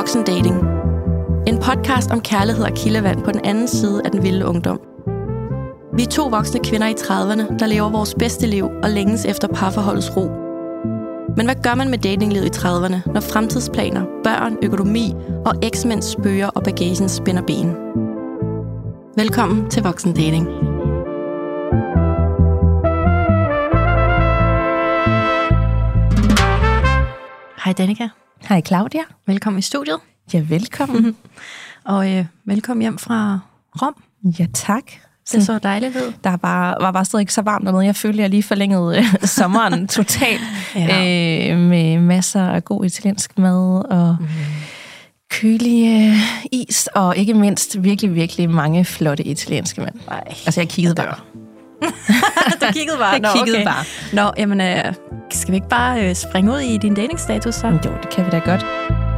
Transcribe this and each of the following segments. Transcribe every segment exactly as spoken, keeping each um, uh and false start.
Voksen Dating. En podcast om kærlighed og kildevand på den anden side af den vilde ungdom. Vi er to voksne kvinder i trediverne, der lever vores bedste liv og længes efter parforholdets ro. Men hvad gør man med datinglivet i trediverne, når fremtidsplaner, børn, økonomi og eksmænds spøger og bagagen spænder ben? Velkommen til Voksen Dating. Hej Danika. Hej Claudia. Velkommen i studiet. Ja, velkommen. Mm-hmm. Og øh, velkommen hjem fra Rom. Ja, tak. Det så dejligt ud. Der var, var bare stadig ikke så varmt dernede. Jeg følte, jeg lige forlængede øh, sommeren totalt. Ja. øh, med masser af god italiensk mad og mm. kølig øh, is. Og ikke mindst virkelig, virkelig mange flotte italienske mænd. Nej. Altså, jeg kiggede bare. Du kiggede bare? Jeg Nå, kiggede okay. bare. Nå, jamen, øh, skal vi ikke bare øh, springe ud i din datingstatus så? Jo, det kan vi da godt.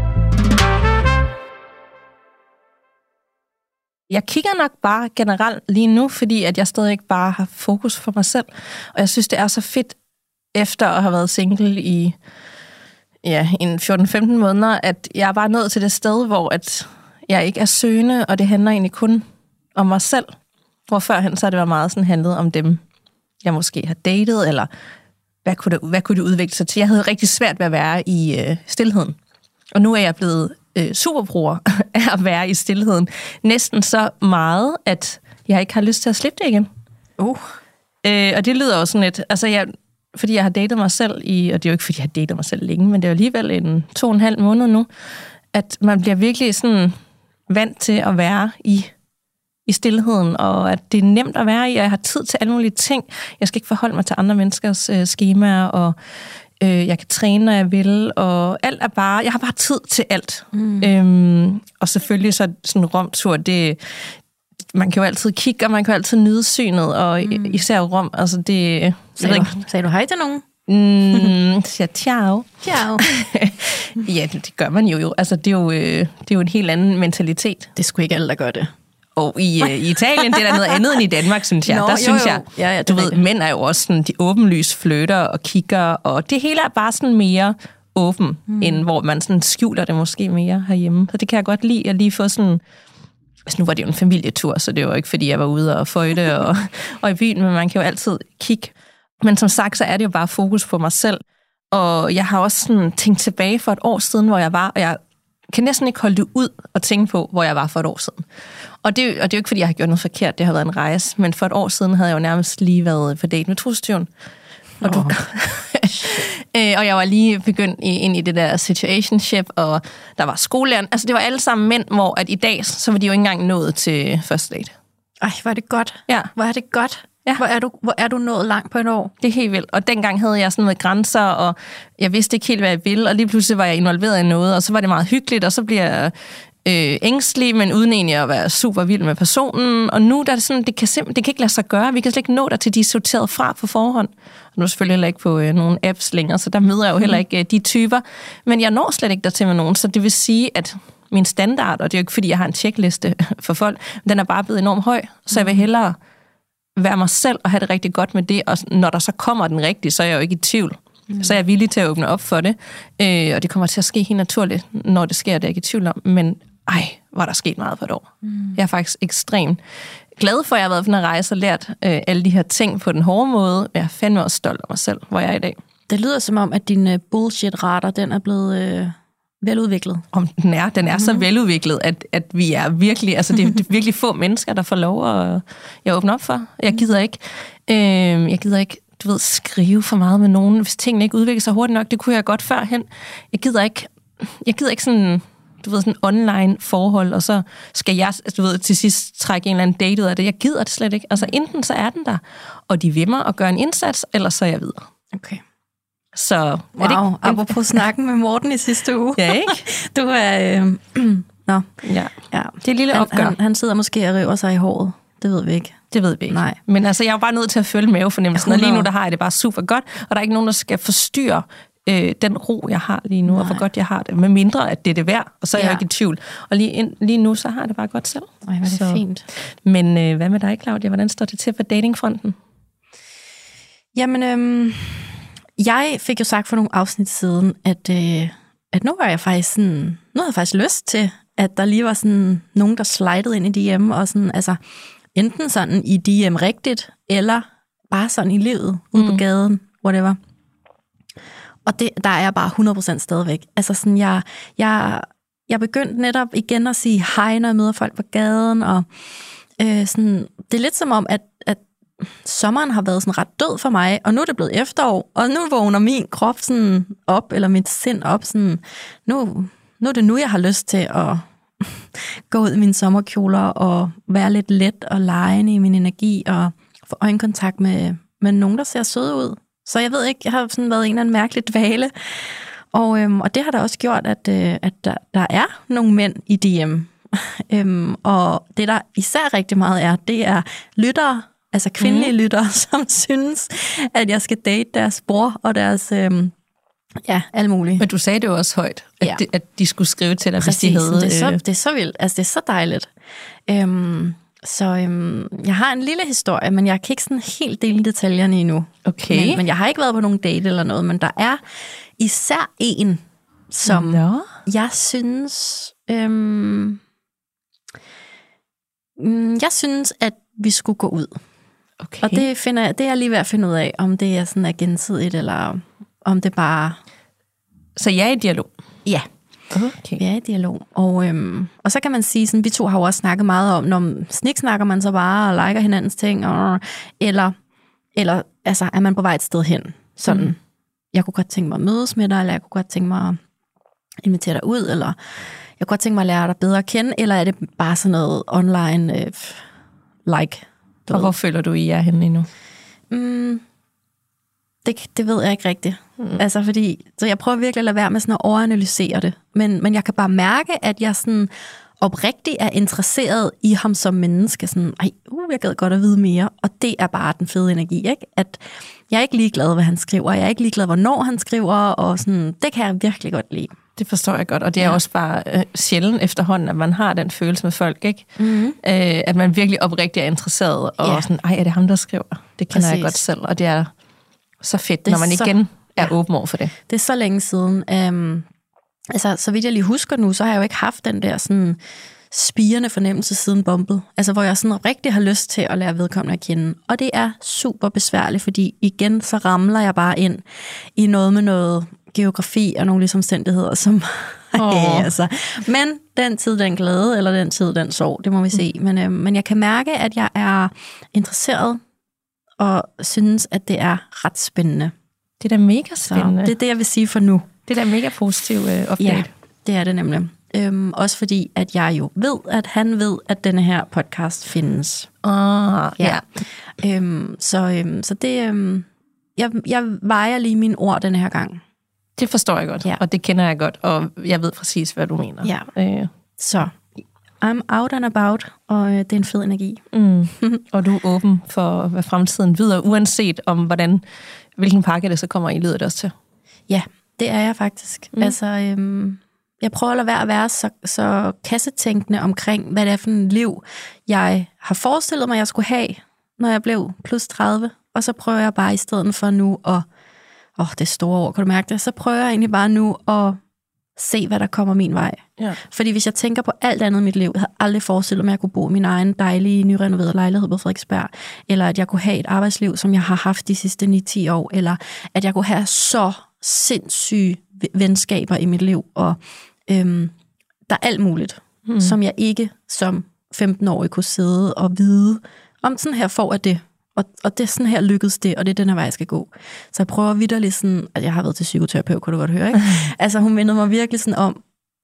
Jeg kigger nok bare generelt lige nu, fordi at jeg stadig ikke bare har fokus på mig selv. Og jeg synes, det er så fedt, efter at have været single i ja, en fjorten femten måneder, at jeg er bare nået til det sted, hvor at jeg ikke er søgende, og det handler egentlig kun om mig selv. Hvor førhen så har det været meget sådan handlet om dem, jeg måske har datet, eller hvad kunne det, hvad kunne det udvikle sig til. Jeg havde rigtig svært ved at være i øh, stilheden. Og nu er jeg blevet øh, superbruger af at være i stilheden. Næsten så meget, at jeg ikke har lyst til at slippe det igen. Uh. Øh, og det lyder også sådan lidt, altså jeg, fordi jeg har datet mig selv i, og det er jo ikke, fordi jeg har datet mig selv længe, men det er jo alligevel en to og en halv måned nu, at man bliver virkelig sådan vant til at være i i stilheden, og at det er nemt at være i, og jeg har tid til alle mulige ting. Jeg skal ikke forholde mig til andre menneskers øh, skemaer, og øh, jeg kan træne, når jeg vil, og alt er bare, jeg har bare tid til alt. Mm. Øhm, og selvfølgelig så sådan en romtur, det, man kan jo altid kigge, og man kan jo altid nyde synet, og mm. især Rom, altså det... Sagde du, sagde du hej til nogen? Mm, siger ciao. Ciao. Ja, det, det gør man jo jo. Altså, det er jo, øh, det er jo en helt anden mentalitet. Det er sgu ikke alle, der gør det. Og i, øh, i Italien, det er der noget andet end i Danmark, synes jeg. Nå, der jo, synes jo. jeg, ja, ja, du ved, mænd er jo også sådan, de åbenlys flytter og kigger, og det hele er bare sådan mere åben, mm. end hvor man sådan skjuler det måske mere herhjemme. Så det kan jeg godt lide, at lige få sådan... Altså nu var det jo en familietur, så det var ikke, fordi jeg var ude og føjte og, og i byen, men man kan jo altid kigge. Men som sagt, så er det jo bare fokus på mig selv. Og jeg har også sådan tænkt tilbage for et år siden, hvor jeg var, og jeg kan næsten ikke holde det ud og tænke på, hvor jeg var for et år siden. Og det, og det er jo ikke, fordi jeg har gjort noget forkert, det har været en rejse, men for et år siden havde jeg jo nærmest lige været på date med trustyven. Og, du, og jeg var lige begyndt ind i det der situationship, og der var skolelæreren. Altså det var alle sammen mænd, hvor at i dag, så var de jo ikke engang nået til første date. Ej, hvor er det godt. Ja. Hvor er det godt. Ja. Hvor, er du, hvor er du nået langt på et år? Det er helt vildt. Og dengang havde jeg sådan noget grænser, og jeg vidste ikke helt, hvad jeg ville, og lige pludselig var jeg involveret i noget, og så var det meget hyggeligt, og så bliver jeg øh, ængstelig, men uden egentlig at være super vild med personen. Og nu der er det sådan, det kan simpelthen, det kan ikke lade sig gøre. Vi kan slet ikke nå der til, de er sorteret fra på forhånd. Og nu er jeg selvfølgelig heller ikke på øh, nogle apps længere, så der møder jeg jo heller ikke øh, de typer. Men jeg når slet ikke der til med nogen, så det vil sige, at min standard, og det er jo ikke, fordi jeg har en checkliste for folk, den er bare blevet enormt høj, så jeg vil hellere være mig selv og have det rigtig godt med det, og når der så kommer den rigtige, så er jeg jo ikke i tvivl. Mm. Så er jeg villig til at åbne op for det, øh, og det kommer til at ske helt naturligt, når det sker, det er jeg ikke i tvivl om, men ej, var der sket meget på et år. Mm. Jeg er faktisk ekstremt glad for, at jeg har været på den her rejse og lært øh, alle de her ting på den hårde måde. Jeg er fandme også stolt af mig selv, hvor jeg er i dag. Det lyder som om, at din uh, bullshit-radar, den er blevet... Øh veludviklet. Om den er. Den er mm-hmm. så veludviklet, at, at vi er virkelig, altså det er virkelig få mennesker, der får lov at jeg åbner op for. Jeg gider ikke, øh, jeg gider ikke, du ved, skrive for meget med nogen, hvis tingene ikke udvikler sig hurtigt nok. Det kunne jeg godt førhen. Jeg gider ikke, jeg gider ikke sådan, du ved, sådan online forhold, og så skal jeg, du ved, til sidst trække en eller anden date ud af det. Jeg gider det slet ikke. Altså enten så er den der, og de vil mig og gøre en indsats, eller så er jeg videre. Okay. Så, wow, er det ikke... apropos snakken med Morten i sidste uge. Ja, ikke? Du er... Øh... Nå. Ja. ja, det er et lille han, opgør. Han, han sidder måske og river sig i håret. Det ved vi ikke. Det ved vi ikke. Nej. Men altså, jeg er jo bare nødt til at følge mavefornemmelsen, og lige nu der har jeg det bare super godt, og der er ikke nogen, der skal forstyrre øh, den ro, jeg har lige nu, Nej. og hvor godt jeg har det, med mindre at det er det værd, og så er ja. jeg ikke i tvivl. Og lige, ind, lige nu, så har jeg det bare godt selv. Ej, hvor er det så fint. Men øh, hvad med dig, Claudia? Hvordan står det til på datingfronten? Jamen, øhm, jeg fik jo sagt for nogle afsnit siden, at, øh, at nu var jeg faktisk sådan, nu havde jeg faktisk lyst til, at der lige var sådan nogen, der slidede ind i D M, og sådan, altså, enten sådan i D M rigtigt, eller bare sådan i livet, ude mm. på gaden, whatever. Og det, der er jeg bare hundrede procent stadigvæk. Altså sådan, jeg, jeg, jeg begyndte netop igen at sige hej, når jeg møder folk på gaden, og øh, sådan, det er lidt som om, at, at sommeren har været sådan ret død for mig, og nu er det blevet efterår, og nu vågner min krop sådan op, eller mit sind op, sådan, nu, nu er det nu, jeg har lyst til at gå ud i mine sommerkjoler, og være lidt let og legende i min energi, og få øjenkontakt med, med nogen, der ser søde ud. Så jeg ved ikke, jeg har sådan været en eller anden mærkelig dvale, og, øhm, og det har da også gjort, at, øh, at der, der er nogle mænd i D M, øhm, og det der især rigtig meget er, det er lyttere, altså kvindelige mm. lyttere, som synes, at jeg skal date deres bror og deres, øhm, ja, alt muligt. Men du sagde det jo også højt, at, ja. de, at de skulle skrive til dig, Præcis, hvis de havde... det er, så, øh... det er så vildt, altså det er så dejligt. Øhm, så øhm, jeg har en lille historie, men jeg kan ikke sådan helt dele detaljerne endnu. Okay. Men, men jeg har ikke været på nogen date eller noget, men der er især en, som Nå. jeg synes... Øhm, jeg synes, at vi skulle gå ud. Okay. Og det, finder jeg, det er jeg lige ved at finde ud af, om det er sådan er gensidigt, eller om det bare... Så jeg er i dialog? Ja, okay. vi er i dialog. Og, øhm, og så kan man sige, sådan, vi to har jo også snakket meget om, når sniksnakker man så bare og liker hinandens ting, og, eller, eller altså, er man på vej et sted hen. Sådan, mm. jeg kunne godt tænke mig at mødes med dig, eller jeg kunne godt tænke mig at invitere dig ud, eller jeg kunne godt tænke mig at lære dig bedre at kende, eller er det bare sådan noget online øh, like? Og hvor føler du i jer henne endnu? Mm, det, det ved jeg ikke rigtigt. Mm. Altså fordi, så jeg prøver virkelig at lade være med sådan at overanalysere det. Men, men jeg kan bare mærke, at jeg sådan oprigtigt er interesseret i ham som menneske. Sådan, ej, uh, jeg gad godt at vide mere. Og det er bare den fede energi, ikke? At jeg er ikke ligeglad, hvad han skriver. Jeg er ikke ligeglad, hvornår han skriver. Og sådan, det kan jeg virkelig godt lide. Det forstår jeg godt, og det er ja. også bare øh, sjældent efterhånden, at man har den følelse med folk, ikke? Mm-hmm. Øh, at man virkelig oprigtigt er interesseret, og ja. sådan, ej, er det ham, der skriver? Det kender Præcis. jeg godt selv, og det er så fedt, det når man så, igen er ja. åben over for det. Det er så længe siden. Um, altså, så vidt jeg lige husker nu, så har jeg jo ikke haft den der sådan spirende fornemmelse siden Bumble. Altså, hvor jeg sådan rigtig har lyst til at lære vedkommende at kende. Og det er super besværligt, fordi igen, så ramler jeg bare ind i noget med noget geografi og nogle livsomstændigheder, som... Oh. altså. Men den tid, den glæde, eller den tid, den sorg, det må vi se. Men, øh, men jeg kan mærke, at jeg er interesseret, og synes, at det er ret spændende. Det er da mega spændende. Så det er det, jeg vil sige for nu. Det er da mega positiv øh, update. Ja, det er det nemlig. Øhm, også fordi, at jeg jo ved, at han ved, at denne her podcast findes. Ah, ja. ja. Øhm, så, øhm, så det... Øhm, jeg, jeg vejer lige mine ord denne her gang. Det forstår jeg godt, ja. Og det kender jeg godt, og jeg ved præcis, hvad du mener. Ja. Øh. Så, I'm out and about, og øh, det er en fed energi. Mm. Og du er åben for, hvad fremtiden byder, uanset om, hvordan, hvilken pakke det så kommer i, lyder det også til. Ja, det er jeg faktisk. Mm. Altså, øhm, jeg prøver at lade være at være så, så kassetænkende omkring, hvad det er for et liv, jeg har forestillet mig, jeg skulle have, når jeg blev plus tredive. Og så prøver jeg bare i stedet for nu at Åh, oh, det er store ord, kan du mærke det? Så prøver jeg egentlig bare nu at se, hvad der kommer min vej. Ja. Fordi hvis jeg tænker på alt andet i mit liv, jeg havde aldrig forestillet mig, at jeg kunne bo i min egen dejlige, nyrenoverede lejlighed på Frederiksberg, eller at jeg kunne have et arbejdsliv, som jeg har haft de sidste ni til ti år, eller at jeg kunne have så sindssyge venskaber i mit liv, og øhm, der er alt muligt, mm. som jeg ikke som femten-årig kunne sidde og vide, om sådan her får jeg det. Og, og det er sådan her lykkedes det, og det er den her vej, jeg skal gå. Så jeg prøver vitterligt sådan, at jeg har været til psykoterapeut, kan du godt høre, ikke? Altså hun mindede mig virkelig sådan om,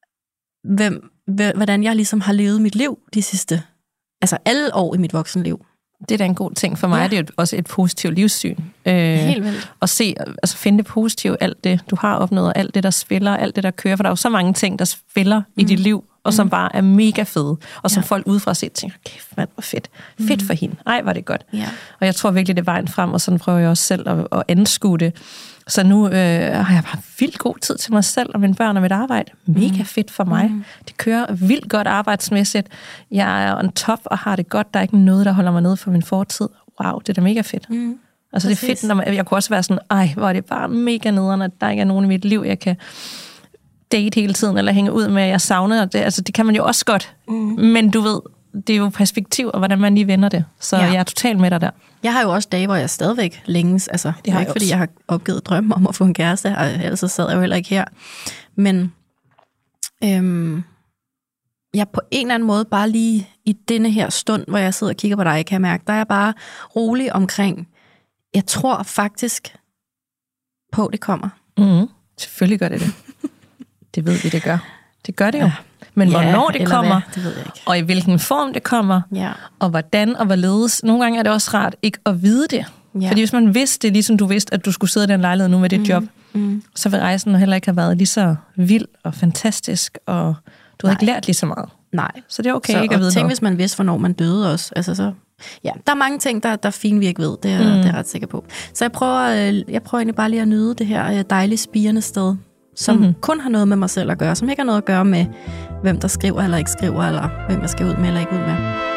hvem, hvordan jeg ligesom har levet mit liv de sidste, altså alle år i mit voksenliv. Det er da en god ting. For mig ja. er det jo også et positivt livssyn. Øh, Helt vildt. At se, altså finde det positive, alt det, du har opnået, og alt det, der spiller, alt det, der kører. For der er jo så mange ting, der spiller mm. i dit liv, og som mm. bare er mega fede, og som ja. folk udefra set tænker, kæft mand, hvor fedt. Mm. Fedt for hende. Ej, var det godt. Ja. Og jeg tror virkelig, det er vejen frem, og sådan prøver jeg også selv at, at anskue det. Så nu øh, har jeg bare vildt god tid til mig selv og mine børn og mit arbejde. Mega mm. fedt for mig. Mm. Det kører vildt godt arbejdsmæssigt. Jeg er on top og har det godt. Der er ikke noget, der holder mig nede for min fortid. Wow, det er da mega fedt. Mm. Altså Præcis. Det er fedt, når man, jeg kunne også være sådan, ej, hvor er det bare mega nederen, at der ikke er nogen i mit liv, jeg kan date hele tiden, eller hænge ud med, at jeg savner det. Altså, det kan man jo også godt. Mm. Men du ved, det er jo perspektiv, og hvordan man lige vender det. Så ja. Jeg er totalt med dig der. Jeg har jo også dage, hvor jeg stadigvæk længes. Altså, det, det er ikke, fordi jeg har opgivet drømme om at få en kæreste, og ellers så sad jeg jo heller ikke her. Men øhm, jeg på en eller anden måde, bare lige i denne her stund, hvor jeg sidder og kigger på dig, kan jeg mærke, der er jeg bare rolig omkring, jeg tror faktisk på, det kommer. Mm. Selvfølgelig gør det det. Det ved vi, det gør. Det gør det jo. Ja. Men ja, hvornår det kommer, det ved jeg ikke. Og i hvilken form det kommer, ja. Og hvordan og hvorledes. Nogle gange er det også rart ikke at vide det. Ja. Fordi hvis man vidste det, ligesom du vidste, at du skulle sidde i den lejlighed nu med dit mm. job, mm. så vil rejsen heller ikke have været lige så vild og fantastisk, og du har ikke lært lige så meget. Nej. Så det er okay så, ikke at vide tænk, noget. Hvis man vidste, hvornår man døde også. Altså, så, ja, der er mange ting, der, der er fint, vi ikke ved. Det er, mm. det er jeg ret sikker på. Så jeg prøver, jeg prøver egentlig bare lige at nyde det her dejlige, spirende sted, som mm-hmm. kun har noget med mig selv at gøre, som ikke har noget at gøre med, hvem der skriver eller ikke skriver, eller hvem jeg skal ud med eller ikke ud med.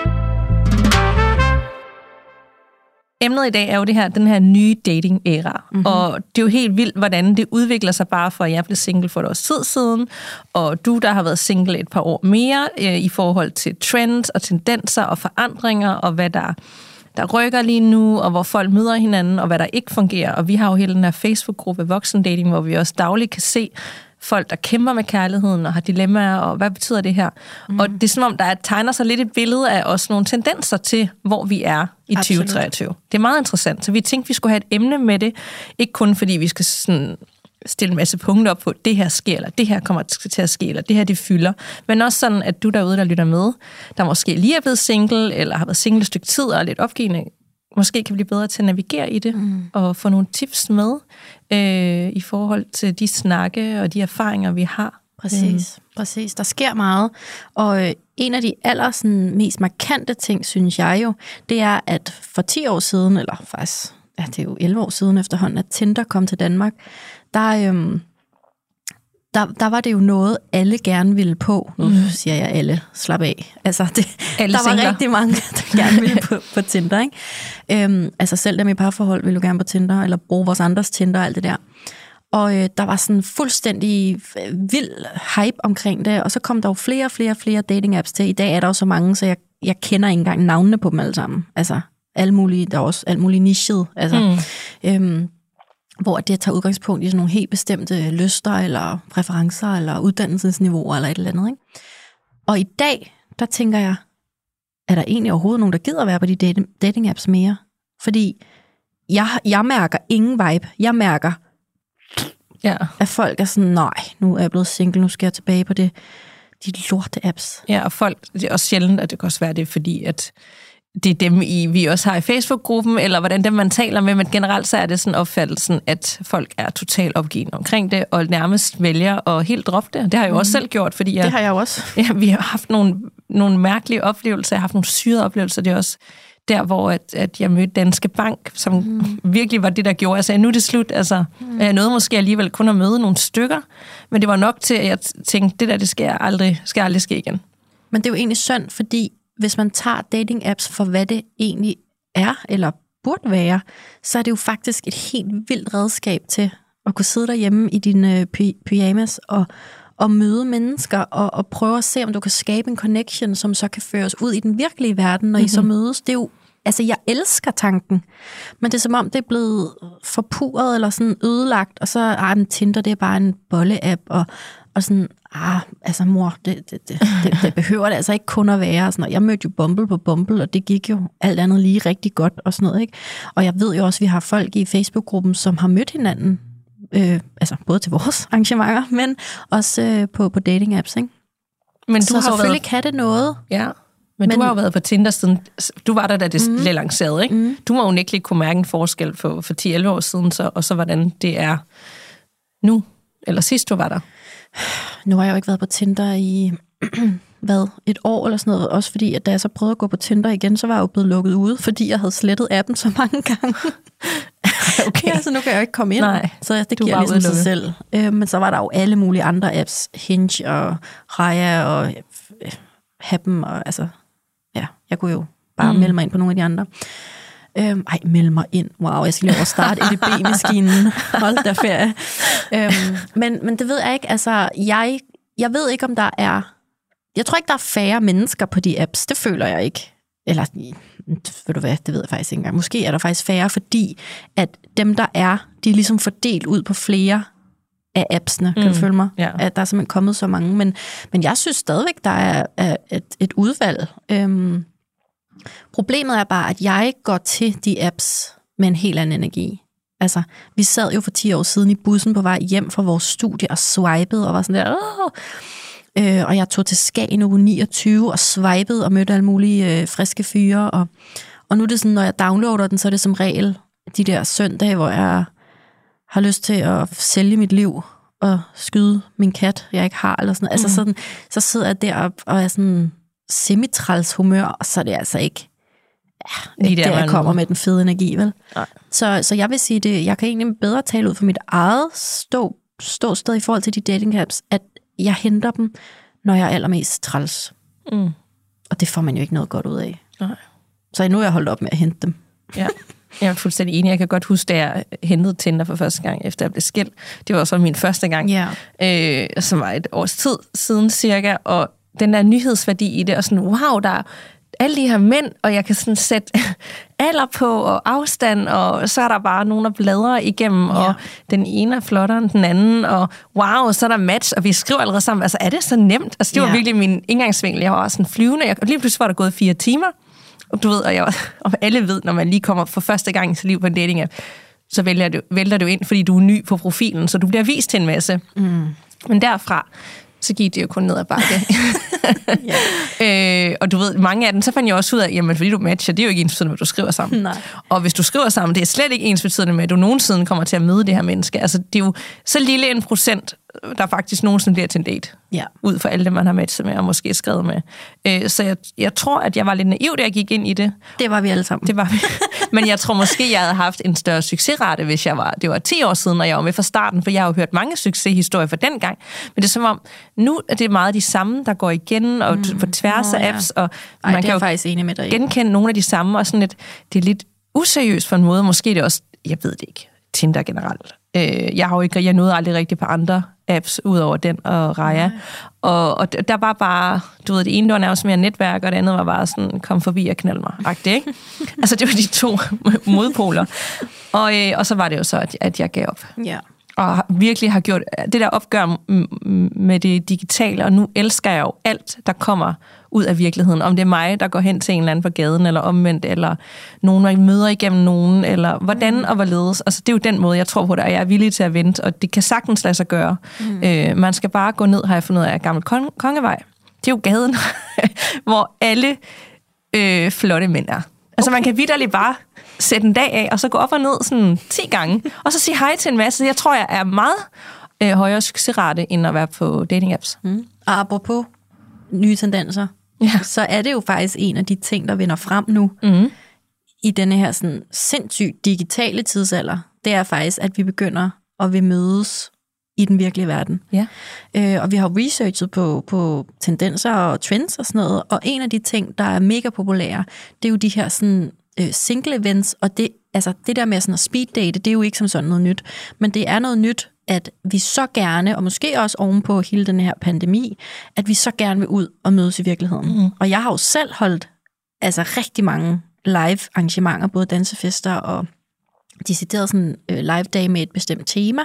Emnet i dag er jo det her, den her nye dating-æra, mm-hmm. og det er jo helt vildt, hvordan det udvikler sig bare fra, at jeg blev single for et års tid siden, og du, der har været single et par år mere, øh, i forhold til trends og tendenser og forandringer, og hvad der, der rykker lige nu, og hvor folk møder hinanden, og hvad der ikke fungerer. Og vi har jo hele den her Facebook-gruppe Voksendating, hvor vi også dagligt kan se folk, der kæmper med kærligheden og har dilemmaer, og hvad betyder det her? Mm. Og det er som om, der tegner sig lidt et billede af også nogle tendenser til, hvor vi er i tyve treogtyve. Det er meget interessant, så vi tænkte, vi skulle have et emne med det. Ikke kun fordi vi skal sådan stille en masse punkter op på, det her sker, eller det her kommer til at ske, eller det her det fylder. Men også sådan, at du derude, der lytter med, der måske lige er blevet single, eller har været single et stykke tid og er lidt opgivende, måske kan blive bedre til at navigere i det, mm. og få nogle tips med øh, i forhold til de snakke og de erfaringer, vi har. Præcis, mm. præcis. Der sker meget, og øh, en af de aller sådan, mest markante ting, synes jeg jo, det er, at for ti år siden, eller faktisk, ja, det er jo elleve år siden efterhånden, at Tinder kom til Danmark, der... Øh, Der, der var det jo noget, alle gerne ville på. Nu mm. siger jeg alle, slap af. Altså, det, der var singler. Rigtig mange, der gerne ville på, på Tinder. Ikke? Øhm, altså selv dem i parforhold ville jo gerne på Tinder, eller bruge vores andres Tinder og alt det der. Og øh, der var sådan fuldstændig vild hype omkring det, og så kom der jo flere og flere flere dating-apps til. I dag er der jo så mange, så jeg, jeg kender ikke engang navnene på dem alle sammen. Altså, alle mulige, der er også alt muligt nichet. Altså, mm. øhm, hvor det tager udgangspunkt i sådan nogle helt bestemte lyster, eller præferencer, eller uddannelsesniveauer, eller et eller andet. Ikke? Og i dag, der tænker jeg, er der egentlig overhovedet nogen, der gider at være på de dating-apps mere? Fordi jeg, jeg mærker ingen vibe. Jeg mærker, ja. at folk er sådan, nej, nu er jeg blevet single, nu skal jeg tilbage på det, de lorte apps. Ja, og folk, det er også sjældent, at det kan også være det, fordi at det er dem, I, vi også har i Facebook-gruppen, eller hvordan dem, man taler med, men generelt så er det sådan opfattelsen, at folk er totalt opgivende omkring det, og nærmest vælger at helt droppe det. Det har jeg jo mm. også selv gjort, fordi jeg, det har jeg også. Ja, vi har haft nogle, nogle mærkelige oplevelser, jeg har haft nogle syrede oplevelser, det er også der, hvor at, at jeg mødte Danske Bank, som mm. virkelig var det, der gjorde. Jeg sagde, nu er det slut. Altså, mm. jeg nåede måske alligevel kun at møde nogle stykker, men det var nok til, at jeg tænkte, det der, det skal aldrig, skal aldrig ske igen. Men det er jo egentlig synd, fordi hvis man tager dating-apps for, hvad det egentlig er, eller burde være, så er det jo faktisk et helt vildt redskab til at kunne sidde derhjemme i dine pyjamas og, og møde mennesker, og, og prøve at se, om du kan skabe en connection, som så kan føres ud i den virkelige verden, når mm-hmm. I så mødes. Det er jo, altså jeg elsker tanken, men det er som om, det er blevet forpurret, eller sådan ødelagt, og så, ej, men Tinder, det er bare en bolle-app, og, og sådan, ah, altså mor, det, det, det, det, det behøver det altså ikke kun at være. Sådan, jeg mødte jo Bumble på Bumble, og det gik jo alt andet lige rigtig godt og sådan noget, ikke? Og jeg ved jo også, at vi har folk i Facebook-gruppen, som har mødt hinanden, øh, altså både til vores arrangementer, men også øh, på, på dating-apps, ikke? Men du så har selvfølgelig været... kan det noget. Ja, men, men du har jo været på Tinder siden, du var der, da det mm. blev lanceret, ikke? Mm. Du må jo ikke kunne mærke en forskel for, for ti til elleve år siden, så, og så hvordan det er nu, eller sidst du var der. Nu har jeg jo ikke været på Tinder i, hvad, et år eller sådan noget, også fordi, at da jeg så prøvede at gå på Tinder igen, så var jeg jo blevet lukket ude, fordi jeg havde slettet appen så mange gange. Okay. Ja, så nu kan jeg jo ikke komme ind. Nej, så det giver ligesom sig selv. Øh, men så var der jo alle mulige andre apps, Hinge og Raya og øh, Happen, og altså, ja, jeg kunne jo bare mm. melde mig ind på nogle af de andre. Øhm, ej, meld mig ind. Wow, jeg skal lige over starte E D B-maskinen. Hold da ferie. Øhm, men, men det ved jeg ikke. Altså, jeg, jeg ved ikke, om der er... Jeg tror ikke, der er færre mennesker på de apps. Det føler jeg ikke. Eller, ved du hvad, det ved jeg faktisk ikke engang. Måske er der faktisk færre, fordi at dem, der er, de er ligesom fordelt ud på flere af appsene. Kan mm, du følge mig? Ja. At der er simpelthen kommet så mange. Men, men jeg synes stadigvæk, der er, er et, et udvalg. Øhm, problemet er bare, at jeg går til de apps med en helt anden energi. Altså, vi sad jo for ti år siden i bussen på vej hjem fra vores studie og swipede og var sådan der... Åh! Øh, og jeg tog til Skagen uge niogtyve og swipede og mødte alle mulige øh, friske fyre. Og, og nu er det sådan, når jeg downloader den, så er det som regel de der søndage, hvor jeg har lyst til at sælge mit liv og skyde min kat, jeg ikke har. Eller sådan. Altså sådan, så sidder jeg der og er sådan semi-træls humør, og så er det altså ikke, ja, ikke der, der jeg kommer med den fede energi, vel? Så, så jeg vil sige det, jeg kan egentlig bedre tale ud for mit eget stå, ståsted i forhold til de dating apps, at jeg henter dem, når jeg er allermest træls. Mm. Og det får man jo ikke noget godt ud af. Nej. Så nu er jeg holdt op med at hente dem. Ja. Jeg er fuldstændig enig. Jeg kan godt huske, da jeg hentede Tinder for første gang, efter jeg blev skilt. Det var så min første gang, yeah. øh, som var et års tid siden cirka. Og den der nyhedsværdi i det, og sådan, wow, der er alle de her mænd, og jeg kan sådan sætte alder på og afstand, og så er der bare nogen, der bladrer igennem, ja. Og den ene er flottere end den anden, og wow, så er der match, og vi skriver allerede sammen. Altså, er det så nemt? Altså, det var ja. virkelig min indgangsvinkel. Jeg var sådan flyvende, og lige pludselig var der gået fire timer, og du ved, og, jeg, og alle ved, når man lige kommer for første gang i sit liv på en dating-app, så vælger du, vælger du ind, fordi du er ny på profilen, så du bliver vist til en masse. Mm. Men derfra, så gik det jo kun ned ad bakke. yeah. øh, og du ved, mange af dem, så fandt jeg også ud af, jamen fordi du matcher, det er jo ikke ensbetydende med, at du skriver sammen. Nej. Og hvis du skriver sammen, det er slet ikke ensbetydende med, at du nogensinde kommer til at møde det her menneske. Altså, det er jo så lille en procent, der faktisk nogensinde bliver til en date. Ja. Ud fra alle dem, man har matchet med, og måske skrevet med. Øh, så jeg, jeg tror, at jeg var lidt naiv, da jeg gik ind i det. Det var vi alle sammen. Det var vi. Men jeg tror måske, jeg havde haft en større succesrate, hvis jeg var... Det var ti år siden, og jeg var med fra starten, for jeg har jo hørt mange succeshistorier fra den gang. Men det er som om, nu er det meget de samme, der går igen, og mm. på tværs af oh, apps, og Ej, man kan jo faktisk enig med dig. genkende nogle af de samme, og sådan lidt, det er lidt useriøst på en måde. Måske det er også, jeg ved det ikke, Tinder generelt. Øh, jeg har jo ikke, jeg nåede aldrig rigtig på andre apps, udover den og Raya. Og, og der var bare, du ved, det ene var nærmest mere netværk, og det andet var bare sådan, kom forbi og knald mig-agtigt, ikke? Altså, det var de to modpoler. Og, øh, og så var det jo så, at, at jeg gav op. Ja. Og virkelig har gjort det der opgør med det digitale, og nu elsker jeg jo alt, der kommer ud af virkeligheden. Om det er mig, der går hen til en eller anden på gaden, eller omvendt, eller nogen, der møder igennem nogen, eller hvordan og hvorledes. Altså, det er jo den måde, jeg tror på det, og jeg er villig til at vente, og det kan sagtens lade sig gøre. Mm. Øh, man skal bare gå ned, har jeg fundet ud af, Gammel Kon- Kongevej. Det er jo gaden, hvor alle øh, flotte mænd er. Altså, okay. Man kan vitterligt bare sætte en dag af, og så gå op og ned sådan ti gange, og så sige hej til en masse. Jeg tror, jeg er meget øh, højere succesrate, end at være på dating-apps. Mm. Og apropos nye tendenser, ja. Så er det jo faktisk en af de ting, der vinder frem nu, mm. i denne her sådan sindssygt digitale tidsalder. Det er faktisk, at vi begynder at vi mødes i den virkelige verden. Ja. Øh, og vi har researchet på, på tendenser og trends og sådan noget, og en af de ting, der er mega populære, det er jo de her sådan øh, single events, og det, altså, det der med sådan at speed date, det er jo ikke som sådan noget nyt, men det er noget nyt, at vi så gerne, og måske også ovenpå hele den her pandemi, at vi så gerne vil ud og mødes i virkeligheden. Mm. Og jeg har jo selv holdt altså rigtig mange live arrangementer, både dansefester og decideret sådan øh, live dag med et bestemt tema.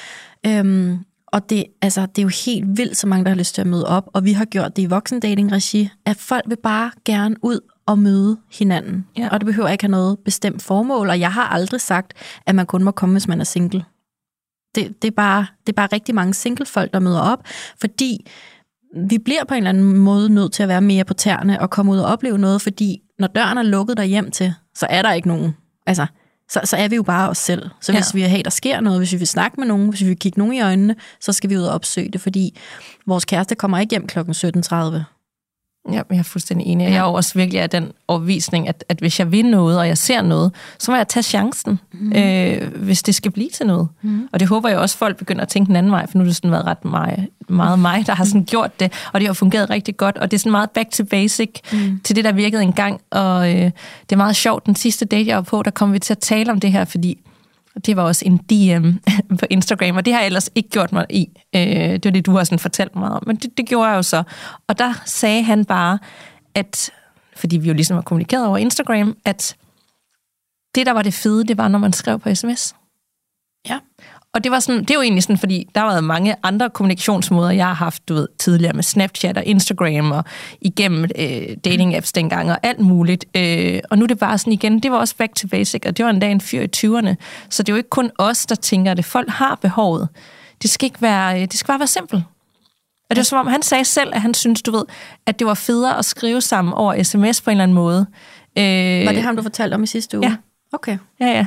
Øhm, og det, altså, det er jo helt vildt, så mange, der har lyst til at møde op, og vi har gjort det i voksendating-regi, at folk vil bare gerne ud og møde hinanden. Ja. Og det behøver ikke have noget bestemt formål, og jeg har aldrig sagt, at man kun må komme, hvis man er single. Det, det, er, bare, det er bare rigtig mange single-folk, der møder op, fordi vi bliver på en eller anden måde nødt til at være mere på tæerne og komme ud og opleve noget, fordi når døren er lukket derhjem til, så er der ikke nogen. Altså, så, så er vi jo bare os selv. Så hvis ja. vi vil have, der sker noget, hvis vi vil snakke med nogen, hvis vi vil kigge nogen i øjnene, så skal vi ud og opsøge det, fordi vores kæreste kommer ikke hjem klokken sytten tredive. Ja, jeg er fuldstændig enig. Jeg er jo også virkelig af den overbevisning, at, at hvis jeg vil noget, og jeg ser noget, så må jeg tage chancen, mm. øh, hvis det skal blive til noget. Mm. Og det håber jeg også, folk begynder at tænke den anden vej, for nu er det sådan været ret meget, meget mig, der har sådan gjort det, og det har fungeret rigtig godt, og det er sådan meget back to basic mm. til det, der virkede engang, og øh, det er meget sjovt. Den sidste date, jeg var på, der kom vi til at tale om det her, fordi det var også en D M på Instagram, og det har jeg ellers ikke gjort mig i. Det var det, du har sådan fortalt mig om, men det, det gjorde jeg jo så. Og der sagde han bare, at, fordi vi jo ligesom har kommunikeret over Instagram, at det, der var det fede, det var, når man skrev på sms. Ja. Og det var sådan, det er jo egentlig sådan, fordi der har været mange andre kommunikationsmåder, jeg har haft, du ved, tidligere med Snapchat og Instagram og igennem øh, dating-apps dengang og alt muligt. Øh, og nu er det bare sådan igen, det var også back to basic, og det var endda en fyr i tyverne. Så det er jo ikke kun os, der tænker det. Folk har behovet. Det skal ikke være, det skal bare være simpelt. Og det var som om, han sagde selv, at han synes, du ved, at det var federe at skrive sammen over sms på en eller anden måde. Øh, var det ham, du fortalte om i sidste uge? Ja. Okay. Ja, ja.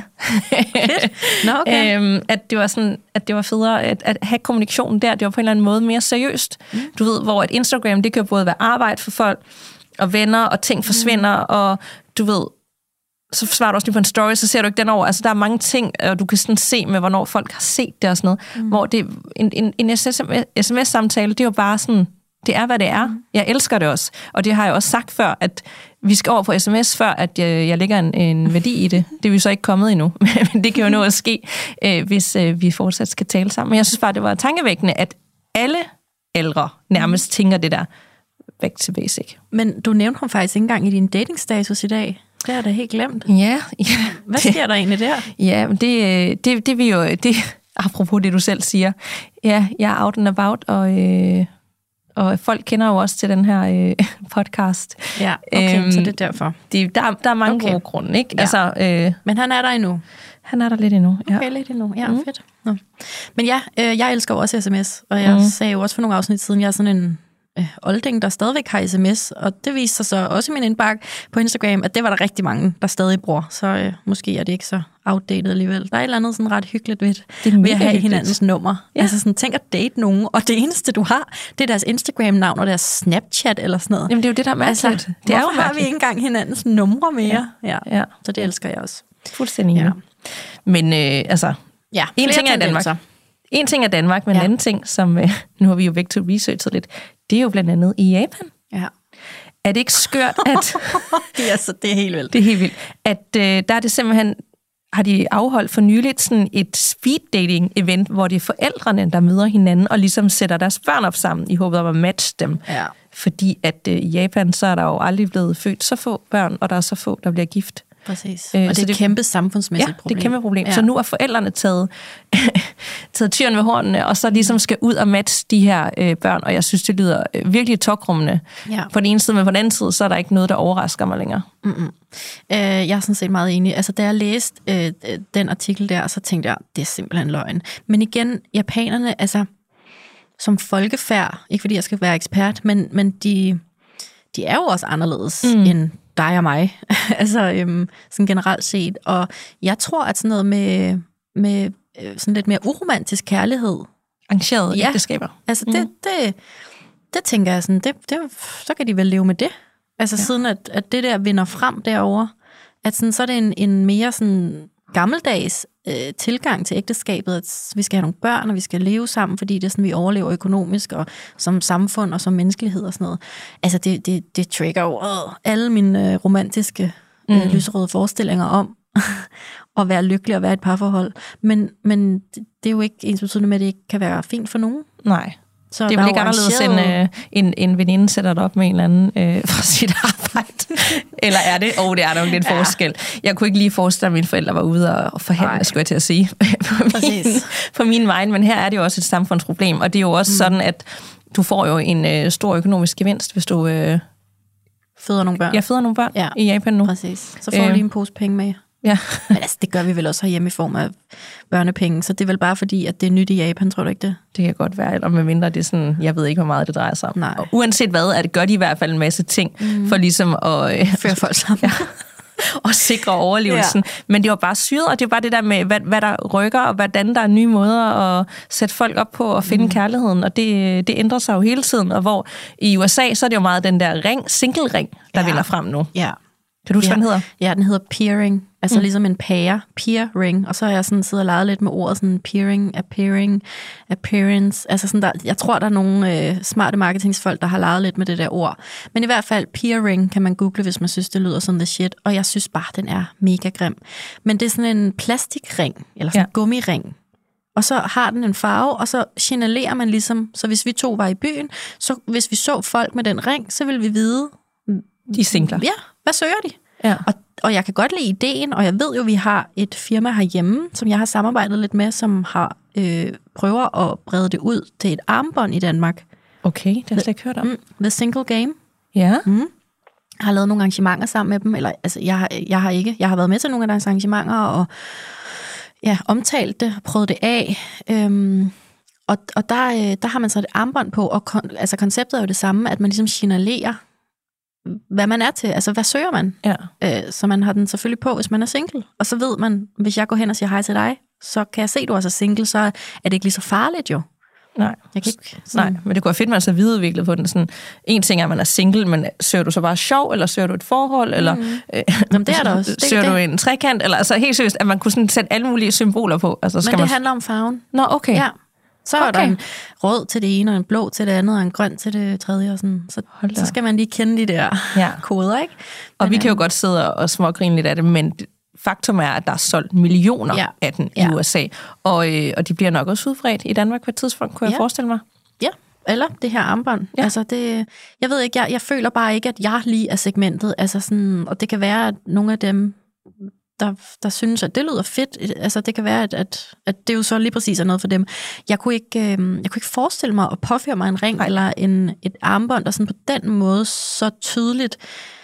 Nå, okay. øhm, at det var sådan, at det var federe at, at have kommunikationen der. Det var på en eller anden måde mere seriøst. Mm. Du ved, hvor et Instagram, det kan jo både være arbejde for folk, og venner, og ting forsvinder, mm. og du ved, så svarer du også lige på en story, så ser du ikke den over. Altså, der er mange ting, og du kan sådan se med, hvornår folk har set det og sådan noget. Mm. Hvor det, en, en, en sms-samtale, det er jo bare sådan, det er, hvad det er. Jeg elsker det også. Og det har jeg også sagt før, at vi skal over på sms, før at jeg, jeg lægger en, en værdi i det. Det er vi så ikke kommet endnu. Men det kan jo nå at ske, øh, hvis øh, vi fortsat skal tale sammen. Men jeg synes bare, det var tankevækkende, at alle ældre nærmest tænker det der back to basic. Men du nævnte ham faktisk ikke engang i din datingstatus i dag. Det har jeg da helt glemt. Ja. ja Hvad sker der egentlig der? Ja, det, det, det vil jo... Det, apropos det, du selv siger. Ja, jeg er out and about, og... Øh, Og folk kender jo også til den her øh, podcast. Ja, okay, øhm, så det er derfor. Det, der, der er mange okay. gode grunde, ikke? Ja. Altså, øh, Men han er der endnu? Han er der lidt endnu, ja. Okay, lidt endnu. Ja, mm. fedt. Nå. Men ja, øh, jeg elsker jo også sms, og jeg mm. sagde jo også for nogle afsnit siden, jeg er sådan en øh, olding, der stadigvæk har sms, og det viste sig så også i min indbakke på Instagram, at det var der rigtig mange, der stadig bruger. Så øh, måske er det ikke så outdated alligevel. Der er et eller andet sådan ret hyggeligt ved, det ved at have hinandens nummer. Ja. Altså sådan, tænk at date nogen, og det eneste, du har, det er deres Instagram-navn og deres Snapchat eller sådan noget. Jamen, det er jo det, der er mærkeligt. Altså, det er jo har vi ikke engang hinandens numre mere? Ja. Ja. Ja. Så det elsker jeg også. Fuldstændig. Ja. Men øh, altså, ja, en ting er Danmark. En ting er Danmark, men ja. en anden ting, som øh, nu har vi jo væk til researchet lidt, det er jo blandt andet i Japan. Ja. Er det ikke skørt, at... det, er så, det er helt vildt. Det er helt vildt. At øh, der er det simpelthen... har de afholdt for nyligt sådan et speed dating event, hvor det er forældrene, der møder hinanden og ligesom sætter deres børn op sammen i håbet om at matche dem. Ja. Fordi at øh, i Japan, så er der jo aldrig blevet født så få børn, og der er så få, der bliver gift. Præcis. Øh, og det er et det, kæmpe samfundsmæssigt ja, problem. det er et kæmpe problem. Ja. Så nu er forældrene taget, taget tyren ved hornene, og så ligesom skal ud og matche de her øh, børn, og jeg synes, det lyder øh, virkelig tokrummende. Ja. På den ene side, men på den anden side, så er der ikke noget, der overrasker mig længere. Mm-mm. Øh, jeg er sådan set meget enig. Altså, da jeg læste øh, den artikel der, så tænkte jeg, det er simpelthen løgn. Men igen, japanerne, altså, som folkefærd, ikke fordi jeg skal være ekspert, men, men de, de er jo også anderledes mm. end dig og mig, altså øhm, sådan generelt set. Og jeg tror, at sådan noget med, med øh, sådan lidt mere uromantisk kærlighed. Arrangerede ja, ægteskaber. Altså det, mm. det, det tænker jeg sådan, det, det, så kan de vel leve med det. Altså ja. Siden at, at det der vinder frem derovre, at sådan, så er det en, en mere sådan gammeldags øh, tilgang til ægteskabet, at vi skal have nogle børn, og vi skal leve sammen, fordi det er sådan, vi overlever økonomisk, og som samfund, og som menneskelighed og sådan noget. Altså, det, det, det trigger jo øh, alle mine øh, romantiske, øh, mm. lyserøde forestillinger om at være lykkelig og være et parforhold. Men, men det, det er jo ikke ensbetydende med, at det ikke kan være fint for nogen. Nej. Så det er vel ikke anderledes, end øh, en, en veninde sætter det op med en eller anden øh, fra sit arbejde. Eller er det? Åh, oh, det er nok lidt ja. forskel. Jeg kunne ikke lige forestille, at mine forældre var ude og forhandle, skulle jeg til at sige, på min, på min vej. Men her er det jo også et samfundsproblem, og det er jo også mm. sådan, at du får jo en øh, stor økonomisk gevinst, hvis du... Øh, føder nogle børn. Ja, føder nogle børn ja. i Japan nu. Præcis. Så får du øh, lige en pose penge med. Ja. Men altså, det gør vi vel også herhjemme i form af børnepenge, så det er vel bare fordi, at det er nyt i Japan, tror du ikke det? Det kan godt være, eller med mindre det er sådan, jeg ved ikke, hvor meget det drejer sig om. Nej. Og uanset hvad, er det gør de i hvert fald en masse ting, mm. for ligesom at... Øh, føre folk sammen. Ja. og sikre overlevelsen. Ja. Men det var bare syret, og det var bare det der med, hvad, hvad der rykker, og hvordan der er nye måder at sætte folk op på og finde mm. kærligheden, og det, det ændrer sig jo hele tiden. Og hvor i U S A, så er det jo meget den der ring, single-ring, der ja. vinder frem nu. Ja. Kan du huske, ja. hvad den hedder? Ja, den hedder peering. Altså mm. ligesom en pære, peer ring. Og så har jeg sådan siddet og leget lidt med ordet sådan peering, appearing, appearance. Altså sådan der, jeg tror, der er nogle øh, smarte marketingsfolk, der har leget lidt med det der ord. Men i hvert fald, peer ring kan man google, hvis man synes, det lyder sådan the shit. Og jeg synes bare, den er mega grim. Men det er sådan en plastikring, eller sådan en ja. gummiring. Og så har den en farve, og så signalerer man ligesom. Så hvis vi to var i byen, så hvis vi så folk med den ring, så ville vi vide... De singler. Ja, hvad søger de? Ja. Og, og jeg kan godt lide ideen, og jeg ved jo, at vi har et firma herhjemme, som jeg har samarbejdet lidt med, som har øh, prøver at brede det ud til et armbånd i Danmark. Okay, det har jeg slet ikke hørt om. Mm, The Single Game. Ja. Mm. Jeg har lavet nogle arrangementer sammen med dem, eller altså, jeg har, jeg har ikke. Jeg har været med til nogle af deres arrangementer, og ja, omtalt det, prøvet det af. Øhm, og og der, der har man så et armbånd på, og kon, altså, konceptet er jo det samme, at man ligesom signalerer, hvad man er til. Altså, hvad søger man? Ja. Øh, så man har den selvfølgelig på, hvis man er single. Og så ved man, hvis jeg går hen og siger hej til dig, så kan jeg se, at du er så single, så er det ikke lige så farligt jo. Nej. Jeg kan ikke, sådan... Nej, men det kunne være fedt, man så videreudviklet på den. Sådan, en ting er, at man er single, men søger du så bare sjov, eller søger du et forhold, mm. eller øh, Jamen, det er der også. Det, søger det. du en trekant, eller altså helt seriøst, at man kunne sådan sætte alle mulige symboler på. Altså, skal men det man... handler om farven. Nå, okay. Ja. Så okay. er der en rød til det ene, og en blå til det andet, og en grøn til det tredje, og sådan. Så, så skal man lige kende de der ja. koder, ikke? Og men, vi kan jo godt sidde og smågrine lidt af det, men faktum er, at der er solgt millioner ja. af den i ja. U S A, og, øh, og de bliver nok også udbredt i Danmark på et tidspunkt, kunne ja. jeg forestille mig. Ja, eller det her armbånd. Ja. Altså det, jeg ved ikke, jeg, jeg føler bare ikke, at jeg lige er segmentet, altså sådan, og det kan være, at nogle af dem, Der, der synes, at det lyder fedt. Altså, det kan være, at, at, at det jo så lige præcis er noget for dem. Jeg kunne ikke, øh, jeg kunne ikke forestille mig at påføre mig en ring Nej. eller en, et armbånd, der sådan på den måde så tydeligt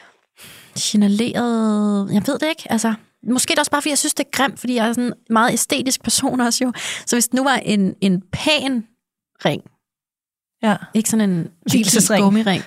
signaleret. Jeg ved det ikke. Altså, måske det også bare, fordi jeg synes, det er grimt, fordi jeg er sådan en meget æstetisk person også jo. Så hvis det nu var en, en pæn ring, ja. ikke sådan en hvilesesring. Gummiring.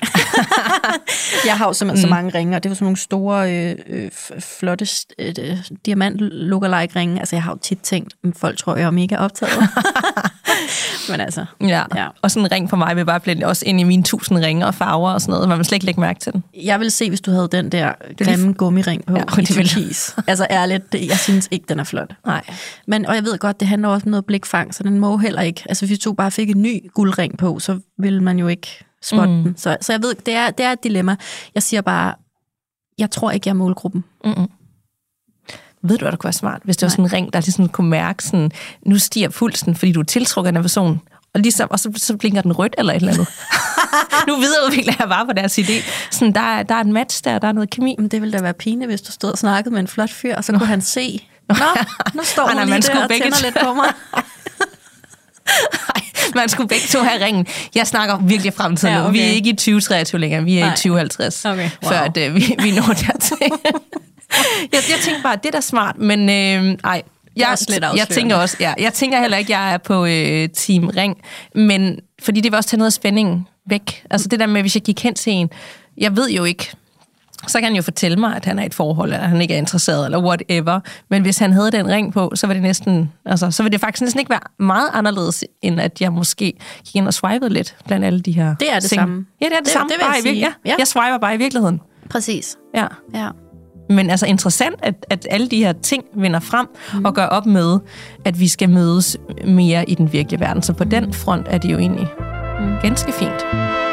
Jeg har jo simpelthen mm. så mange ringe, og det var sådan nogle store, øh, øh, flotte øh, diamant-lookalike-ringe. Altså, jeg har jo tit tænkt, at folk tror, jeg er mega optaget. Men altså... Ja. ja, og sådan en ring for mig vil bare blende også ind i mine tusind ringe og farver og sådan noget. Man vil slet ikke lægge mærke til den. Jeg vil se, hvis du havde den der grimme lige... gummiring på ja, i turkis. Altså ærligt, det, jeg synes ikke, den er flot. Nej. Men, og jeg ved godt, det handler også om noget blikfang, så den må heller ikke... Altså, hvis vi to bare fik en ny guldring på, så ville man jo ikke spotte mm. den. Så, så jeg ved, det er, det er et dilemma. Jeg siger bare, jeg tror ikke, jeg er målgruppen. Mm-mm. Ved du, hvad der kunne være smart? Hvis det var sådan en ring, der ligesom kunne mærke, sådan, nu stiger pulsen, fordi du er tiltrukket af person, og, ligesom, og så, så blinker den rødt eller et eller andet. Nu videreudvikler jeg bare på deres idé. Sådan, der, er, der er en match der, der er noget kemi. Men det ville da være pine, hvis du stod og snakkede med en flot fyr, og så Nå. kunne han se, Nå, nu står hun lige der og tænder lidt på mig. Man skulle begge to have ringen. Jeg snakker virkelig fremtiden ja, okay. Vi er ikke i tyve treogtyve længere, vi er Nej. i tyve halvtreds, okay. wow. før at, uh, vi, vi når dertil. jeg, jeg tænker bare, det er da smart, men øh, ej, jeg, jeg tænker også, ja, jeg tænker heller ikke, jeg er på øh, Team Ring, men fordi det vil også tage noget af spændingen væk. Altså det der med, hvis jeg gik hen til en, jeg ved jo ikke, så kan han jo fortælle mig, at han er i et forhold, eller han ikke er interesseret, eller whatever. Men hvis han havde den ring på, så var det næsten, altså, så ville det faktisk næsten ikke være meget anderledes, end at jeg måske gik ind og swipede lidt blandt alle de her Det er det ting. samme. Ja, det er det, det samme. Det bare i, ja, ja. Jeg swiper bare i virkeligheden. Præcis. Ja. ja. Men altså interessant, at, at alle de her ting vinder frem mm. og gør op med, at vi skal mødes mere i den virkelige verden. Så på mm. den front er det jo egentlig mm. ganske fint.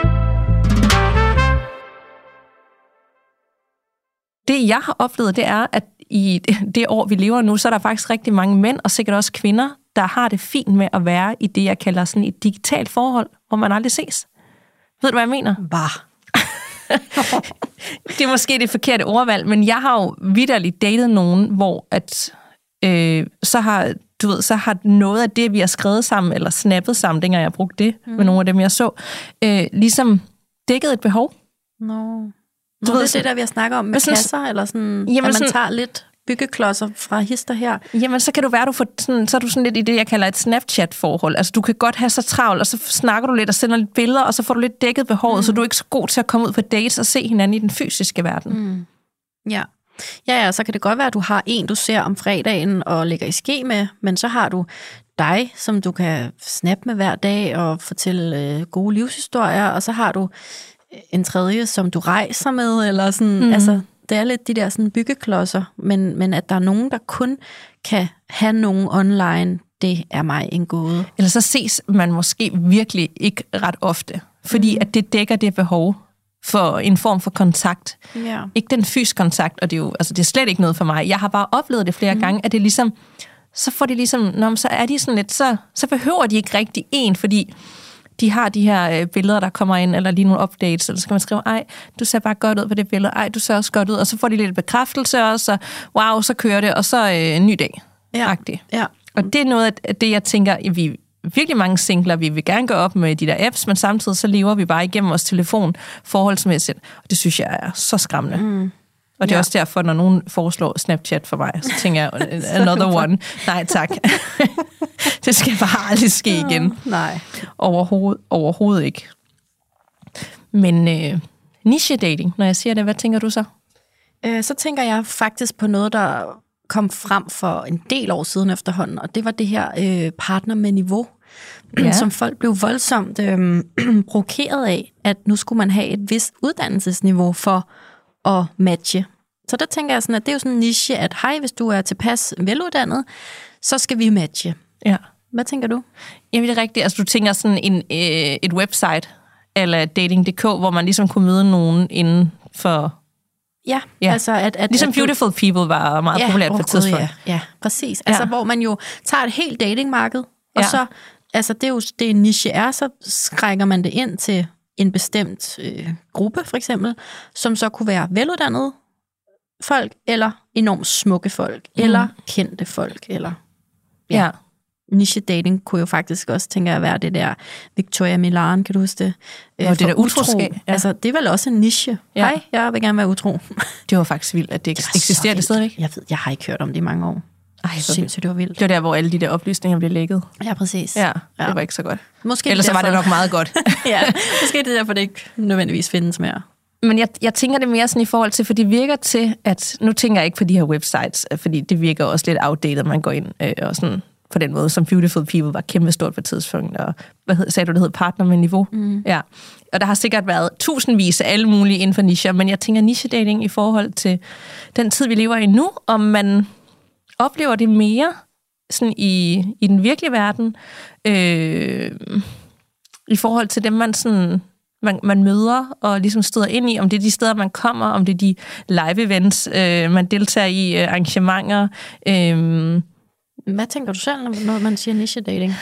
Det, jeg har oplevet, det er, at i det år, vi lever nu, så er der faktisk rigtig mange mænd, og sikkert også kvinder, der har det fint med at være i det, jeg kalder sådan et digitalt forhold, hvor man aldrig ses. Ved du, hvad jeg mener? Bare. Det er måske det forkerte ordvalg, men jeg har jo vitterligt datet nogen, hvor at, øh, så har du ved, så har noget af det, vi har skrevet sammen, eller snappet sammen, dengang jeg brugte det mm. med nogle af dem, jeg så, øh, ligesom dækket et behov. Nå. No. Du Nå, ved, det er det, der vi har snakket om med sådan, kasser, eller sådan, jamen, at man sådan, tager lidt byggeklodser fra hister her. Jamen, så kan du være, du får sådan, så er du sådan lidt i det, jeg kalder et Snapchat-forhold. Altså, du kan godt have så travlt, og så snakker du lidt og sender lidt billeder, og så får du lidt dækket behovet, mm. så du er ikke så god til at komme ud på dates og se hinanden i den fysiske verden. Mm. Ja. Ja, ja, så kan det godt være, at du har en, du ser om fredagen og lægger i ske med, men så har du dig, som du kan snappe med hver dag og fortælle øh, gode livshistorier, og så har du en tredje, som du rejser med, eller sådan, mm. altså, det er lidt de der sådan byggeklodser, men, men at der er nogen, der kun kan have nogen online, det er mig en gåde. Eller så ses man måske virkelig ikke ret ofte, fordi mm. at det dækker det behov for en form for kontakt. Ja. Ikke den fysisk kontakt, og det er jo altså, det er slet ikke noget for mig. Jeg har bare oplevet det flere mm. gange, at det ligesom, så får de ligesom, nå, så er de sådan lidt, så, så behøver de ikke rigtig en, fordi de har de her øh, billeder, der kommer ind, eller lige nogle updates, eller så kan man skrive, ej, du ser bare godt ud på det billede, ej, du ser også godt ud, og så får de lidt bekræftelse også, og wow, så kører det, og så øh, en ny dag. Ja. Ja. Og det er noget af det, jeg tænker, vi virkelig mange singler, vi vil gerne gå op med de der apps, men samtidig så lever vi bare igennem vores telefon forholdsmæssigt, og det synes jeg er så skræmmende. Mm. Og det er ja. også derfor, når nogen foreslår Snapchat for mig, så tænker jeg, another one. Nej, tak. Det skal bare aldrig ske igen. Nej. Overhovedet, overhovedet ikke. Men øh, niche-dating, når jeg siger det, hvad tænker du så? Øh, så tænker jeg faktisk på noget, der kom frem for en del år siden efterhånden, og det var det her øh, partner med niveau, ja. som folk blev voldsomt øh, provokeret af, at nu skulle man have et vist uddannelsesniveau for at matche. Så der tænker jeg sådan, at det er jo sådan en niche, at hej, hvis du er tilpas veluddannet, så skal vi matche. Ja. Hvad tænker du? Jamen det er rigtigt. Altså du tænker sådan en, øh, et website, eller dating punktum d k, hvor man ligesom kunne møde nogen inden for... Ja, ja. altså at... at ligesom at Beautiful du... People var meget ja, populært på et tidspunkt. Ja, ja, præcis. Altså ja. hvor man jo tager et helt datingmarked, og ja. så... Altså det er jo det en niche er, så skrækker man det ind til en bestemt øh, gruppe, for eksempel, som så kunne være veluddannede folk, eller enormt smukke folk, mm. eller kendte folk, eller... Ja. ja. Niche-dating kunne jo faktisk også, tænker jeg, være det der Victoria Milan, kan du huske det? Og det der utroskab. Ja. Altså, det er vel også en niche. Ja. Hej, jeg vil gerne være utro. Det var faktisk vildt, at det, det eksisterer det stadigvæk. Jeg ved, jeg har ikke hørt om det i mange år. Ej, sindssygt, det var vildt. Det var der, hvor alle de der oplysninger blev lækket. Ja, præcis. Ja, ja. det var ikke så godt. Måske ellers derfor... var det nok meget godt. Ja, måske det er derfor, det ikke nødvendigvis findes mere. Men jeg, jeg tænker det mere sådan i forhold til, for det virker til, at... Nu tænker jeg ikke på de her websites, fordi det virker også lidt outdated, man går ind øh, og sådan... på den måde, som Beautiful People var kæmpe stort på tidspunkt, og hvad hed, sagde du, det hed partner med niveau? Mm. Ja. Og der har sikkert været tusindvis af alle mulige inden for nicher, men jeg tænker niche-dating i forhold til den tid, vi lever i nu, om man oplever det mere sådan i, i den virkelige verden, øh, i forhold til dem, man sådan... Man, man møder og ligesom støder ind i, om det er de steder, man kommer, om det er de live-events, øh, man deltager i, øh, arrangementer. Øh, Hvad tænker du selv, når man siger niche-dating?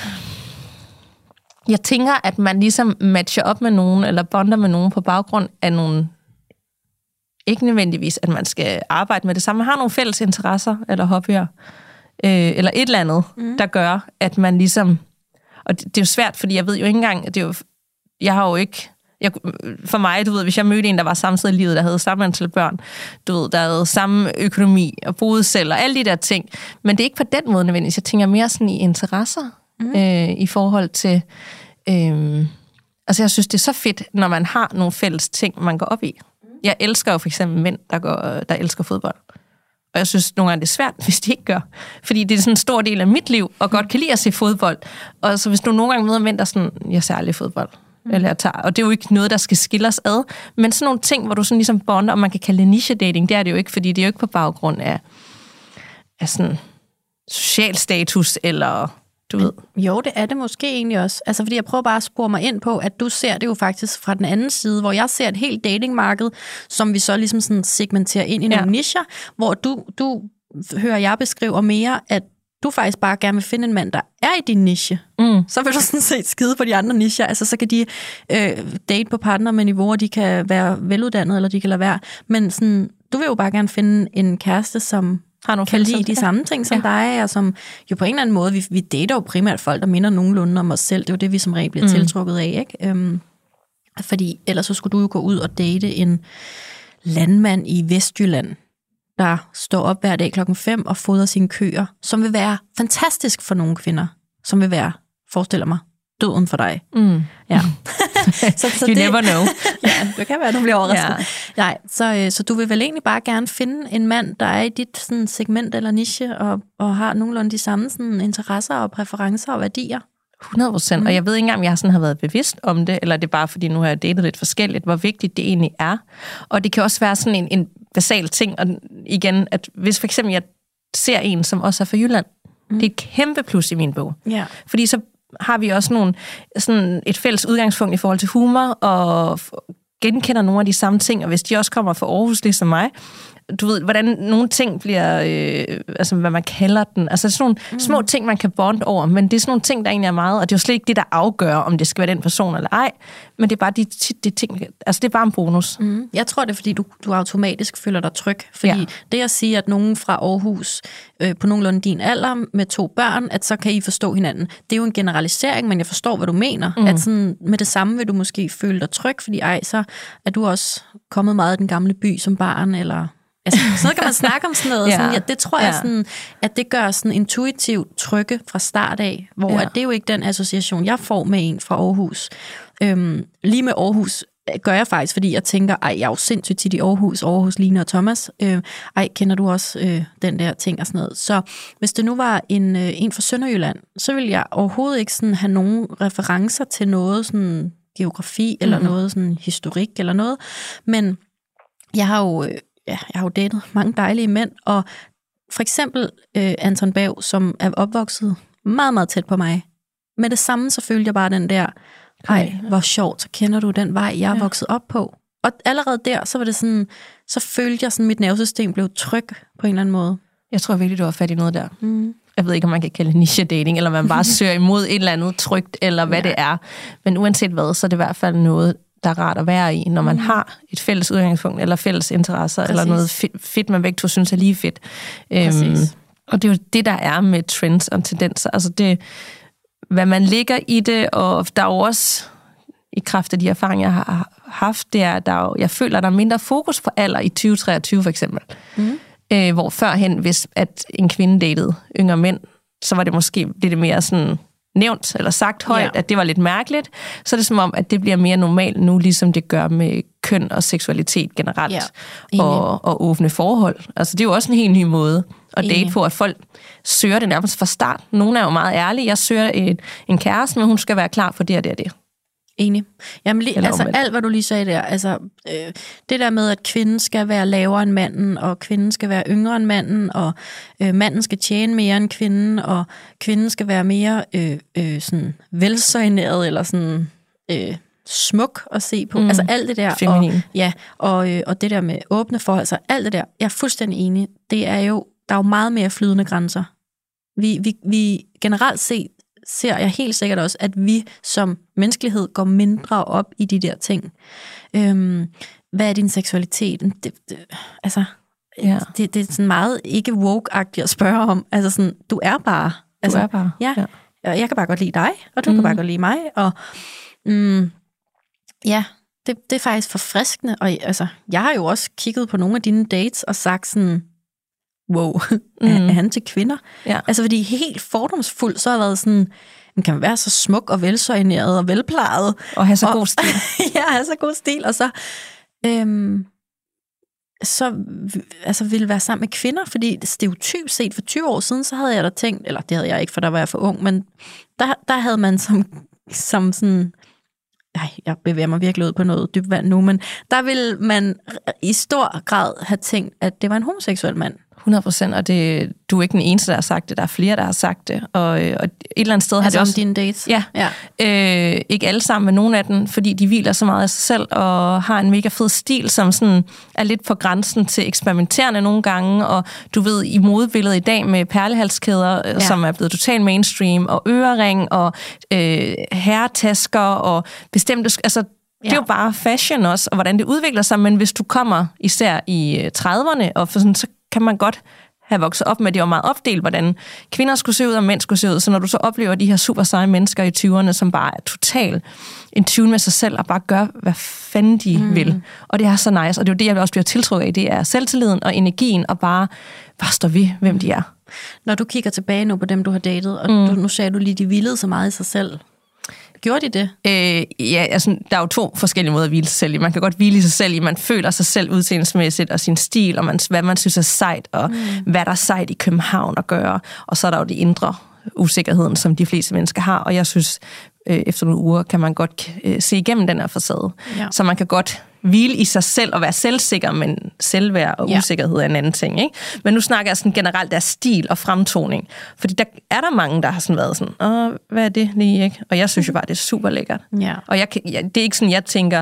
Jeg tænker, at man ligesom matcher op med nogen, eller bonder med nogen på baggrund af nogle... Ikke nødvendigvis, at man skal arbejde med det samme. Man har nogle fælles interesser eller hobbyer, øh, eller et eller andet, mm. der gør, at man ligesom... Og det, det er jo svært, fordi jeg ved jo ikke engang... Det er jo, jeg har jo ikke... Jeg, for mig, du ved, hvis jeg mødte en, der var samtidig i livet, der havde samme antal børn, du ved, der havde samme økonomi og boede selv og alle de der ting. Men det er ikke på den måde nødvendigvis. Jeg tænker mere sådan i interesser mm. øh, i forhold til... Øh, altså, jeg synes, det er så fedt, når man har nogle fælles ting, man går op i. Jeg elsker jo for eksempel mænd, der, går, der elsker fodbold. Og jeg synes nogle gange, det er svært, hvis de ikke gør. Fordi det er sådan en stor del af mit liv, og godt kan lide at se fodbold. Og så hvis du nogle gange møder mænd, der sådan, jeg ser aldrig fodbold. Mm. Eller jeg tager, og det er jo ikke noget, der skal skille os ad. Men sådan nogle ting, hvor du sådan ligesom bonder, og man kan kalde det niche-dating, det er det jo ikke, fordi det er jo ikke på baggrund af, af sådan social status, eller du ved. Jo, det er det måske egentlig også. Altså, fordi jeg prøver bare at spore mig ind på, at du ser det jo faktisk fra den anden side, hvor jeg ser et helt datingmarked, som vi så ligesom sådan segmenterer ind i nogle ja. nicher, hvor du, du hører jeg beskriver mere, at du faktisk bare gerne vil finde en mand, der er i din niche. Mm. Så vil du sådan set skide på de andre nicher. Altså, så kan de øh, date på partner med niveauer, de kan være veluddannede, eller de kan lade være. Men sådan, du vil jo bare gerne finde en kæreste, som har nogle kan lide de samme ting som ja. dig, og som jo på en eller anden måde, vi, vi dater jo primært folk, der minder nogenlunde om os selv. Det er jo det, vi som regel bliver mm. tiltrukket af, ikke? Øhm, fordi ellers så skulle du jo gå ud og date en landmand i Vestjylland, der står op hver dag klokken fem og fodrer sine køer, som vil være fantastisk for nogle kvinder, som vil være, forestiller mig, døden for dig. Mm. Ja. så, så you det, never know. Ja, det kan være, du bliver overrasket. Ja. Nej, så, så du vil vel egentlig bare gerne finde en mand, der er i dit sådan, segment eller niche, og, og har nogenlunde de samme sådan, interesser og præferencer og værdier? hundrede procent, mm. og jeg ved ikke engang, om jeg sådan har været bevidst om det, eller det er bare, fordi nu har jeg datet lidt forskelligt, hvor vigtigt det egentlig er. Og det kan også være sådan en, en basal ting, og igen, at hvis for eksempel jeg ser en, som også er fra Jylland, mm. det er et kæmpe plus i min bog. Ja. Fordi så har vi også nogle, sådan et fælles udgangspunkt i forhold til humor, og genkender nogle af de samme ting, og hvis de også kommer fra Aarhus, ligesom mig, du ved, hvordan nogle ting bliver, øh, altså hvad man kalder den, altså sådan nogle mm. små ting, man kan bonde over, men det er sådan nogle ting, der egentlig er meget, og det er jo slet ikke det, der afgør, om det skal være den person eller ej, men det er bare de, de ting, altså det er bare en bonus. Mm. Jeg tror, det er, fordi du, du automatisk føler dig tryg, fordi ja. det at sige, at nogen fra Aarhus, øh, på nogenlunde din alder, med to børn, at så kan I forstå hinanden. Det er jo en generalisering, men jeg forstår, hvad du mener, mm. at sådan, med det samme vil du måske føle dig tryg, fordi ej, så er du også kommet meget i den gamle by som barn, eller... Altså, så kan man snakke om sådan noget. Ja. Sådan, ja, det tror jeg, sådan, at det gør sådan intuitivt trygge fra start af, hvor ja. at det er jo ikke den association, jeg får med en fra Aarhus. Øhm, lige med Aarhus gør jeg faktisk, fordi jeg tænker, ej, jeg er jo sindssygt tit i Aarhus, Aarhus, Line og Thomas. Øh, ej, kender du også øh, den der ting og sådan noget. Så hvis det nu var en, øh, en fra Sønderjylland, så ville jeg overhovedet ikke sådan have nogen referencer til noget sådan geografi, eller mm-hmm. noget sådan historik, eller noget. Men jeg har jo... Øh, Ja, jeg har jo datet mange dejlige mænd, og for eksempel øh, Anton Bav, som er opvokset meget, meget tæt på mig. Med det samme, så følte jeg bare den der, ej, hvor sjovt, så kender du den vej, jeg er ja. vokset op på. Og allerede der, så var det sådan, så følte jeg sådan, mit nervesystem blev tryg på en eller anden måde. Jeg tror virkelig, du har fat i noget der. Mm. Jeg ved ikke, om man kan kalde det niche-dating, eller man bare søger imod et eller andet trygt, eller hvad ja. det er. Men uanset hvad, så er det i hvert fald noget, der er rart at være i, når man mm. har et fælles udgangspunkt, eller fælles interesser, Præcis. eller noget fedt, man begge to synes er lige fedt. Øhm, og det er jo det, der er med trends og tendenser. Altså det, hvad man ligger i det, og der er jo også, i kraft af de erfaringer, jeg har haft, det er, der er jo, jeg føler, at der er mindre fokus på alder i tyve treogtyve for eksempel. Mm. Øh, hvor førhen, hvis at en kvinde datede yngre mænd, så var det måske lidt mere sådan... nævnt eller sagt højt, ja. at det var lidt mærkeligt, så er det som om, at det bliver mere normalt nu, ligesom det gør med køn og seksualitet generelt, ja. og, og åbne forhold. Altså det er jo også en helt ny måde at date Enig. på, at folk søger det nærmest fra start. Nogle er jo meget ærlige. Jeg søger en, en kæreste, men hun skal være klar for det og det og det. Enig. Jamen, lige, altså alt, hvad du lige sagde der, altså øh, det der med, at kvinden skal være lavere end manden, og kvinden skal være yngre end manden, og øh, manden skal tjene mere end kvinden, og kvinden skal være mere øh, øh, sådan velsøjneret, eller sådan øh, smuk at se på. Mm. Altså alt det der. Feminin. Og, ja, og, øh, og det der med åbne forhold, altså alt det der. Jeg er fuldstændig enig. Det er jo, der er jo meget mere flydende grænser. Vi, vi, vi generelt set ser jeg helt sikkert også, at vi som menneskelighed går mindre op i de der ting. Øhm, hvad er din seksualitet? Det, det, altså, ja. det, det er sådan meget ikke woke-agtigt at spørge om. Altså sådan, du er bare. Altså, du er bare. Ja, ja. Jeg kan bare godt lide dig, og du mm. kan bare godt lide mig. Og mm, ja, det, det er faktisk forfriskende. Og altså, jeg har jo også kigget på nogle af dine dates og sagt sådan, wow, mm. er han til kvinder? Ja. Altså, fordi helt fordomsfuldt, så har jeg været sådan, man kan være så smuk og velsøjneret og velplejet. Og have så og, god stil. ja, have så god stil. Og så, øhm, så altså, ville være sammen med kvinder, fordi stereotyp set for tyve år siden, så havde jeg da tænkt, eller det havde jeg ikke, for der var jeg for ung, men der, der havde man som, som sådan... Nej, jeg bevæger mig virkelig ud på noget dybt vand nu, men der ville man i stor grad have tænkt, at det var en homoseksuel mand. hundrede procent, og det, du er ikke den eneste, der har sagt det. Der er flere, der har sagt det. Og, og et eller andet sted altså har det også... dine dates? Ja. ja. Øh, ikke alle sammen, men nogle af dem, fordi de hviler så meget af sig selv, og har en mega fed stil, som sådan er lidt på grænsen til eksperimenterende nogle gange, og du ved, i modebilledet i dag med perlehalskæder, ja. som er blevet totalt mainstream, og ørering, og øh, herretasker, og bestemte... Altså, det er jo bare fashion også, og hvordan det udvikler sig, men hvis du kommer især i trediverne, og for sådan, så kan man godt have vokset op med, at det var meget opdelt, hvordan kvinder skulle se ud, og mænd skulle se ud. Så når du så oplever de her super seje mennesker i tyverne, som bare er totalt in tune med sig selv, og bare gør, hvad fanden de mm. vil. Og det er så nice, og det er jo det, jeg også bliver tiltrukket af. Det er selvtilliden og energien, og bare, bare stå ved, hvem de er. Når du kigger tilbage nu på dem, du har datet, og mm. du, nu sagde du lige, de hvilede så meget i sig selv. Gjorde de det? Øh, ja, altså, der er jo to forskellige måder at hvile sig selv i. Man kan godt hvile i sig selv i, man føler sig selv udseendelsesmæssigt, og sin stil, og man, hvad man synes er sejt, og mm. hvad der er sejt i København at gøre. Og så er der jo de indre usikkerheden, som de fleste mennesker har, og jeg synes, øh, efter nogle uger kan man godt øh, se igennem den her facade. Ja. Så man kan godt hvile i sig selv og være selvsikker, men selvværd og ja. usikkerhed er en anden ting. Ikke? Men nu snakker jeg sådan generelt af stil og fremtoning, fordi der er der mange, der har sådan været sådan, åh, hvad er det lige, ikke? Og jeg synes jo bare, det er super lækkert. Ja. Og jeg, jeg, det er ikke sådan, jeg tænker,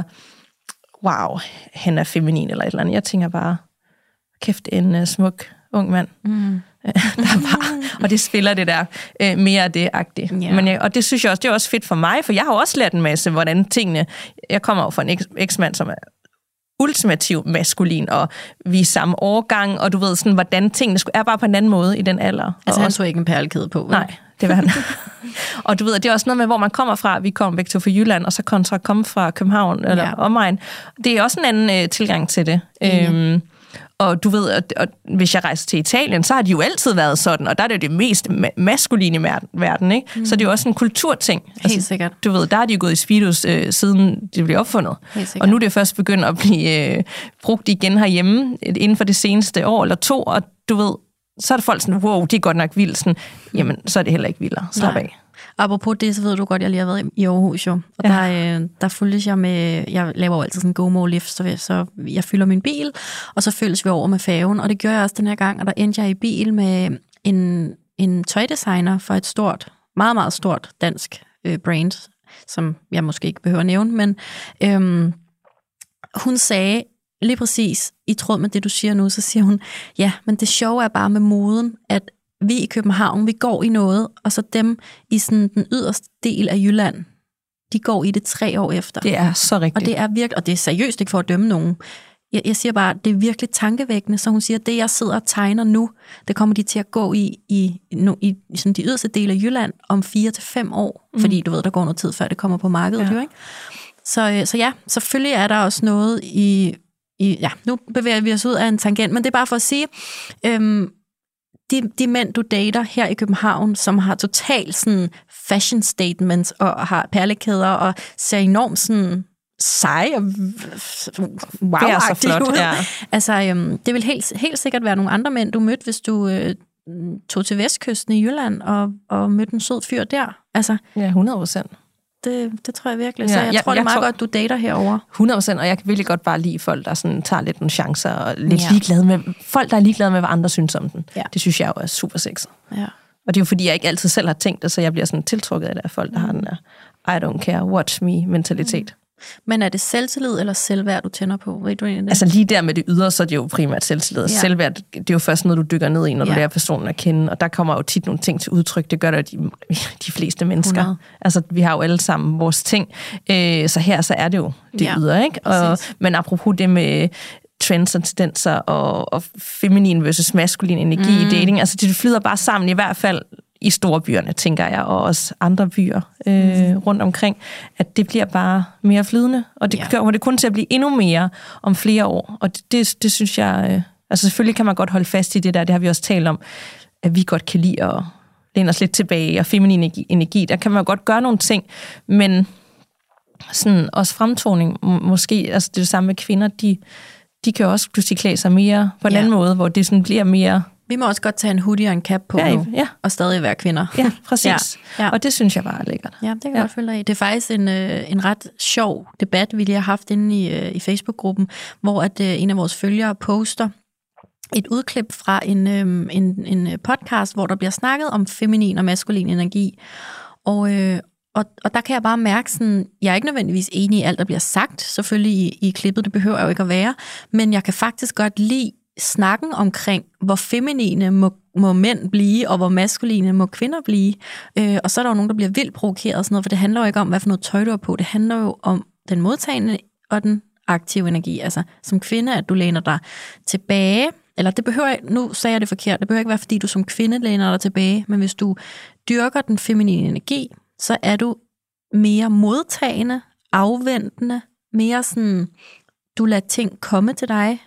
wow, han er feminin eller et eller andet. Jeg tænker bare, kæft, en uh, smuk ung mand. Mm. der bare, og det spiller det der øh, mere af det-agtigt. Yeah. Men jeg, og det synes jeg også, det er også fedt for mig, for jeg har også lært en masse, hvordan tingene... Jeg kommer jo fra en eksmand, som er ultimativ maskulin, og vi er samme årgang, og du ved sådan, hvordan tingene er bare på en anden måde i den alder. Altså og han også, tog ikke en perlekæde på? Vel? Nej, det var han. Og du ved, det er også noget med, hvor man kommer fra. Vi kommer begge to fra Jylland, og så kontra komme fra København, eller yeah. omegn. Det er også en anden øh, tilgang til det. Mm. Øhm, Og du ved, at, at hvis jeg rejser til Italien, så har de jo altid været sådan, og der er det det mest ma- maskuline i verden, ikke? Mm. Så det er jo også en kulturting. Helt altså, sikkert. Du ved, der har de jo gået i speedos, øh, siden det blev opfundet. Og nu er det først begyndt at blive øh, brugt igen herhjemme, inden for det seneste år eller to, og du ved, så er det folk sådan, wow, det er godt nok vildt. Sådan, jamen, så er det heller ikke vildere. Slap Nej. af. Apropos det, så ved du godt, jeg lige har været i Aarhus jo. Og ja. der, øh, der følges jeg med, jeg laver jo altid sådan en GoMo-lift, så, så jeg fylder min bil, og så følges vi over med færgen. Og det gør jeg også den her gang, og der endte jeg i bil med en, en tøjdesigner for et stort, meget, meget stort dansk øh, brand, som jeg måske ikke behøver at nævne, men øh, hun sagde lige præcis, i tråd med det, du siger nu, så siger hun, ja, men det sjove er bare med moden, at vi i København, vi går i noget, og så dem i sådan den yderste del af Jylland, de går i det tre år efter. Det er så rigtigt. Og det er virkelig, og det er seriøst ikke for at dømme nogen. Jeg, jeg siger bare, det er virkelig tankevækkende, så hun siger, det jeg sidder og tegner nu, det kommer de til at gå i i, i, i sådan de yderste del af Jylland om fire til fem år, mm. fordi du ved, der går noget tid, før det kommer på markedet. Ja. Jo, ikke? Så, så ja, selvfølgelig er der også noget i, i, ja, nu bevæger vi os ud af en tangent, men det er bare for at sige, øhm, De, de mænd, du dater her i København, som har totalt sådan fashion statements og har perlekæder og ser enormt sådan seje og wow-agtige ud. Ja. Altså, øhm, det vil helt, helt sikkert være nogle andre mænd, du mødte, hvis du øh, tog til Vestkysten i Jylland og, og mødte en sød fyr der. Altså, ja, hundrede procent. Det, det tror jeg virkelig. Så jeg, jeg tror, jeg, det er meget tror, godt, du dater herover. hundrede procent, og jeg kan virkelig godt bare lide folk, der sådan tager lidt nogle chancer, og lidt ja. ligeglade med, folk, der er ligeglade med, hvad andre synes om den. Ja. Det synes jeg jo er super sexet. Ja. Og det er jo fordi, jeg ikke altid selv har tænkt det, så jeg bliver sådan tiltrukket af det af folk, der mm. har den der I don't care, watch me-mentalitet. Mm. Men er det selvtillid eller selvværd, du tænder på? Ved du det? Altså lige der med det ydre, så er det jo primært selvtillid. Ja. Selvværd, det er jo først noget, du dykker ned i, når ja. du lærer personen at kende, og der kommer jo tit nogle ting til udtryk. Det gør der de, de fleste mennesker. hundrede Altså, vi har jo alle sammen vores ting. Øh, så her, så er det jo det ja. ydre, ikke? Og, men apropos det med trends og tendenser og, og feminin versus maskulin energi mm. i dating, altså det flyder bare sammen, i hvert fald i store byerne, tænker jeg, og også andre byer øh, mm. rundt omkring, at det bliver bare mere flydende, og det ja. gør det kun til at blive endnu mere om flere år, og det, det, det synes jeg, øh, altså selvfølgelig kan man godt holde fast i det der, det har vi også talt om, at vi godt kan lide at læne os lidt tilbage, og feminin energi, energi, der kan man godt gøre nogle ting, men sådan også fremtoning, måske, altså det er det samme med kvinder, de, de kan også pludselig klæde sig mere på en ja. anden måde, hvor det sådan bliver mere... Vi må også godt tage en hoodie og en cap på ja, nu, ja. og stadig være kvinder. Ja, præcis. ja. Ja. Og det synes jeg bare er lækkert. Ja, det kan jeg ja. godt følge dig i. Det er faktisk en, øh, en ret sjov debat, vi lige har haft inde i, øh, i Facebook-gruppen, hvor at, øh, en af vores følgere poster et udklip fra en, øh, en, en podcast, hvor der bliver snakket om feminin og maskulin energi. Og, øh, og, og der kan jeg bare mærke, sådan, jeg er ikke nødvendigvis enig i alt, der bliver sagt, selvfølgelig i, i klippet, det behøver jeg jo ikke at være, men jeg kan faktisk godt lide snakken omkring, hvor feminine må, må mænd blive, og hvor maskuline må kvinder blive. Øh, og så er der jo nogen, der bliver vildt provokeret og sådan noget, for det handler jo ikke om, hvad for noget tøj du er på. Det handler jo om den modtagende og den aktive energi. Altså som kvinde, at du læner dig tilbage, eller det behøver, nu sagde jeg det forkert, det behøver ikke være, fordi du som kvinde læner dig tilbage, men hvis du dyrker den feminine energi, så er du mere modtagende, afventende, mere sådan, du lader ting komme til dig.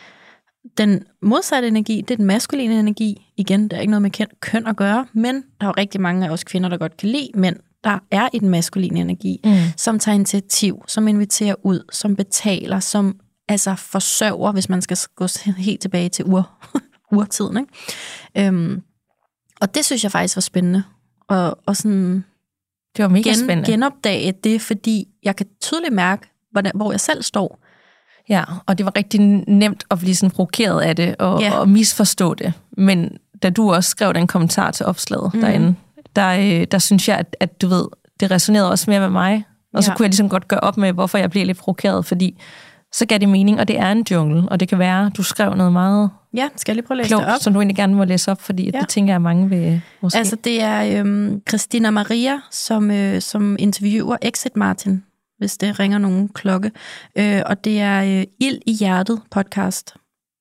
Den modsatte energi, det er den maskuline energi. Igen, der er ikke noget med køn at gøre, men der er jo rigtig mange af os kvinder, der godt kan lide mænd, der er i den maskuline energi, mm. som tager initiativ, som inviterer ud, som betaler, som altså forsørger, hvis man skal gå helt tilbage til ur, urtiden. Ikke? Øhm, og det synes jeg faktisk var spændende. Og, og sådan det var mega gen, spændende. genopdage det, fordi jeg kan tydeligt mærke, hvordan, hvor jeg selv står. Ja, og det var rigtig nemt at blive sådan provokeret af det og, ja. og misforstå det. Men da du også skrev den kommentar til opslaget mm. derinde, der, der synes jeg, at, at du ved, det resonerede også mere med mig. Og så ja. kunne jeg ligesom godt gøre op med, hvorfor jeg blev lidt provokeret, fordi så gav det mening, og det er en jungle, og det kan være, du skrev noget meget ja, skal jeg lige prøve at læse klogt, det op? som du egentlig gerne må læse op, fordi ja. det tænker jeg, mange vil måske. Altså, det er øhm, Christina Maria, som, øh, som interviewer Exit Martin, hvis det ringer nogen klokke. Øh, og det er øh, Ild i Hjertet podcast.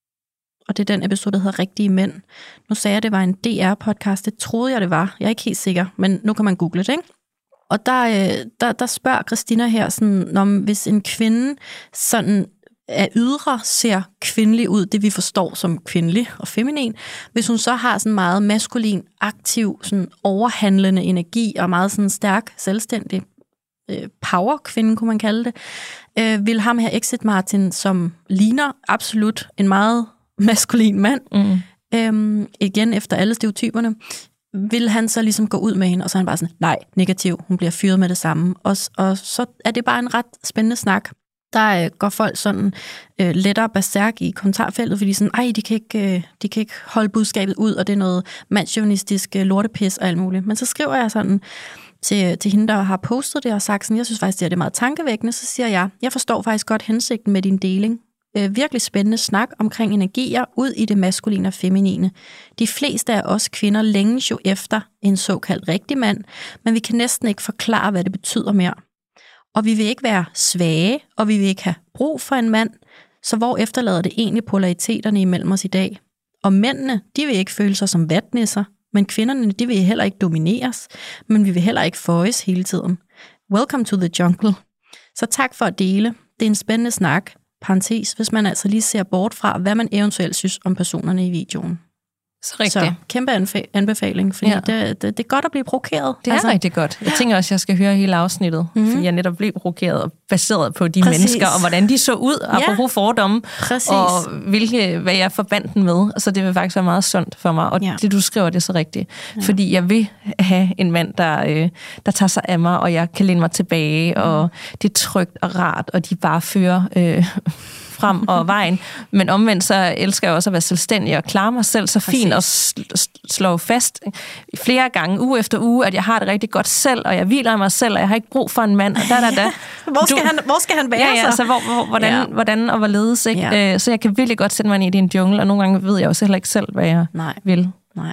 Og det er den episode, der hedder Rigtige Mænd. Nu sagde jeg, at det var en D R-podcast. Det troede jeg, det var. Jeg er ikke helt sikker, men nu kan man google det, ikke? Og der, der, der spørger Christina her, sådan, om hvis en kvinde sådan af ydre ser kvindelig ud, det vi forstår som kvindelig og feminin, hvis hun så har sådan meget maskulin, aktiv, sådan overhandlende energi og meget sådan stærk, selvstændig øh, power-kvinde, kunne man kalde det, øh, vil ham her Exit Martin, som ligner absolut en meget maskulin mand, mm. øhm, igen efter alle stereotyperne, vil han så ligesom gå ud med hende, og så er han bare sådan, nej, negativ, hun bliver fyret med det samme. Og, og så er det bare en ret spændende snak. Der øh, går folk sådan øh, lettere berserk i kommentarfeltet, fordi sådan, ej, de kan, ikke, øh, de kan ikke holde budskabet ud, og det er noget mandsjournalistisk øh, lortepis og alt muligt. Men så skriver jeg sådan til, til hende, der har postet det, og sagt sådan, jeg synes faktisk, det er meget tankevækkende. Så siger jeg, jeg forstår faktisk godt hensigten med din deling. Øh, virkelig spændende snak omkring energier ud i det maskuline og feminine. De fleste af os kvinder længes jo efter en såkaldt rigtig mand, men vi kan næsten ikke forklare, hvad det betyder mere. Og vi vil ikke være svage, og vi vil ikke have brug for en mand, så hvor efterlader det egentlig polariteterne imellem os i dag? Og mændene, de vil ikke føle sig som vatnisser, men kvinderne, de vil heller ikke domineres, men vi vil heller ikke føjes hele tiden. Welcome to the jungle. Så tak for at dele. Det er en spændende snak. Parentes, hvis man altså lige ser bort fra, hvad man eventuelt synes om personerne i videoen. Så rigtigt. Så kæmpe anfe- anbefaling, fordi ja. det, det, det er godt at blive provokeret. Det er altså rigtig godt. Jeg tænker også, at jeg skal høre hele afsnittet, mm-hmm. fordi jeg netop blev provokeret, baseret på de Præcis. mennesker, og hvordan de så ud, apropos ja. fordomme, Præcis. og hvilke, hvad jeg forbandt den med. Så det vil faktisk være meget sundt for mig. Og ja. det, du skriver, det er så rigtigt. Ja. Fordi jeg vil have en mand, der, øh, der tager sig af mig, og jeg kan læne mig tilbage, mm. og det er trygt og rart, og de bare fører Øh, frem og vejen, men omvendt så elsker jeg også at være selvstændig og klare mig selv så fint og slå fast flere gange, uge efter uge, at jeg har det rigtig godt selv, og jeg hviler i mig selv, og jeg har ikke brug for en mand. Og da, da, da. hvor, skal du, han, hvor skal han være ja, ja, så? så hvor, hvor, hvordan, ja. hvordan og hvorledes, ikke? Ja. Så jeg kan virkelig godt sætte mig ind i en jungle, og nogle gange ved jeg også heller ikke selv, hvad jeg Nej. vil. Nej.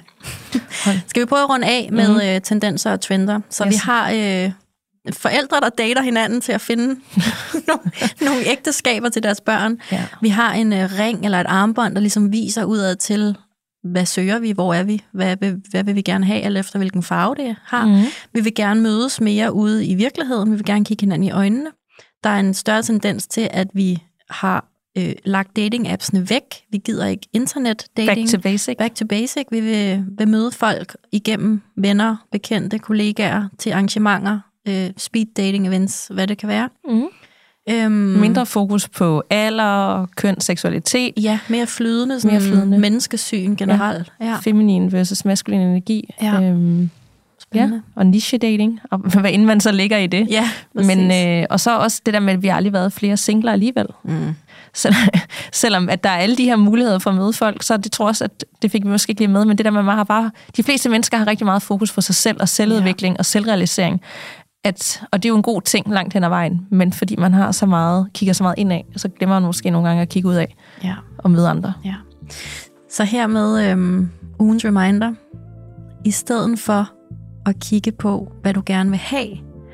Skal vi prøve at runde af med mm-hmm. tendenser og trender? Så yes. vi har øh, forældre, der dater hinanden til at finde nogle, nogle ægteskaber til deres børn. Ja. Vi har en øh, ring eller et armbånd, der ligesom viser udad til, hvad søger vi, hvor er vi, hvad vil, hvad vil vi gerne have, eller efter hvilken farve det har. Mm-hmm. Vi vil gerne mødes mere ude i virkeligheden, vi vil gerne kigge hinanden i øjnene. Der er en større tendens til, at vi har øh, lagt dating-appsene væk. Vi gider ikke internet-dating. Back to basic. Back to basic. Vi vil, vil møde folk igennem venner, bekendte, kollegaer til arrangementer, øh, speed dating events, hvad det kan være. Mm. Øhm, Mindre fokus på alder, køn, seksualitet. Ja, mere flydende, sådan mere flydende. Menneskesyn generelt. Ja. Ja. Feminin versus maskulin energi. Ja. Øhm, Ja, og niche-dating, og hvad end man så ligger i det. Ja, Men, øh, og så også det der med, at vi aldrig har været flere singler alligevel. Mm. Så, selvom at der er alle de her muligheder for at møde folk, så det tror jeg også, at det fik vi måske ikke lige med, men det der med, at man har bare, de fleste mennesker har rigtig meget fokus på sig selv, og selvudvikling ja. og selvrealisering. At, og det er jo en god ting langt hen ad vejen, men fordi man har så meget, kigger så meget indad, så glemmer man måske nogle gange at kigge ud af ja. og møde andre. Ja. Så her med øhm, ugens reminder, i stedet for at kigge på, hvad du gerne vil have,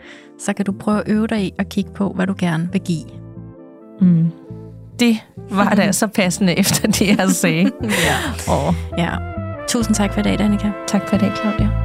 så kan du prøve at øve dig i at kigge på, hvad du gerne vil give. Mm. Det var da så passende efter det, jeg sagde. ja. Og. ja. Tusind tak for i dag, Danika. Tak for i dag, Claudia.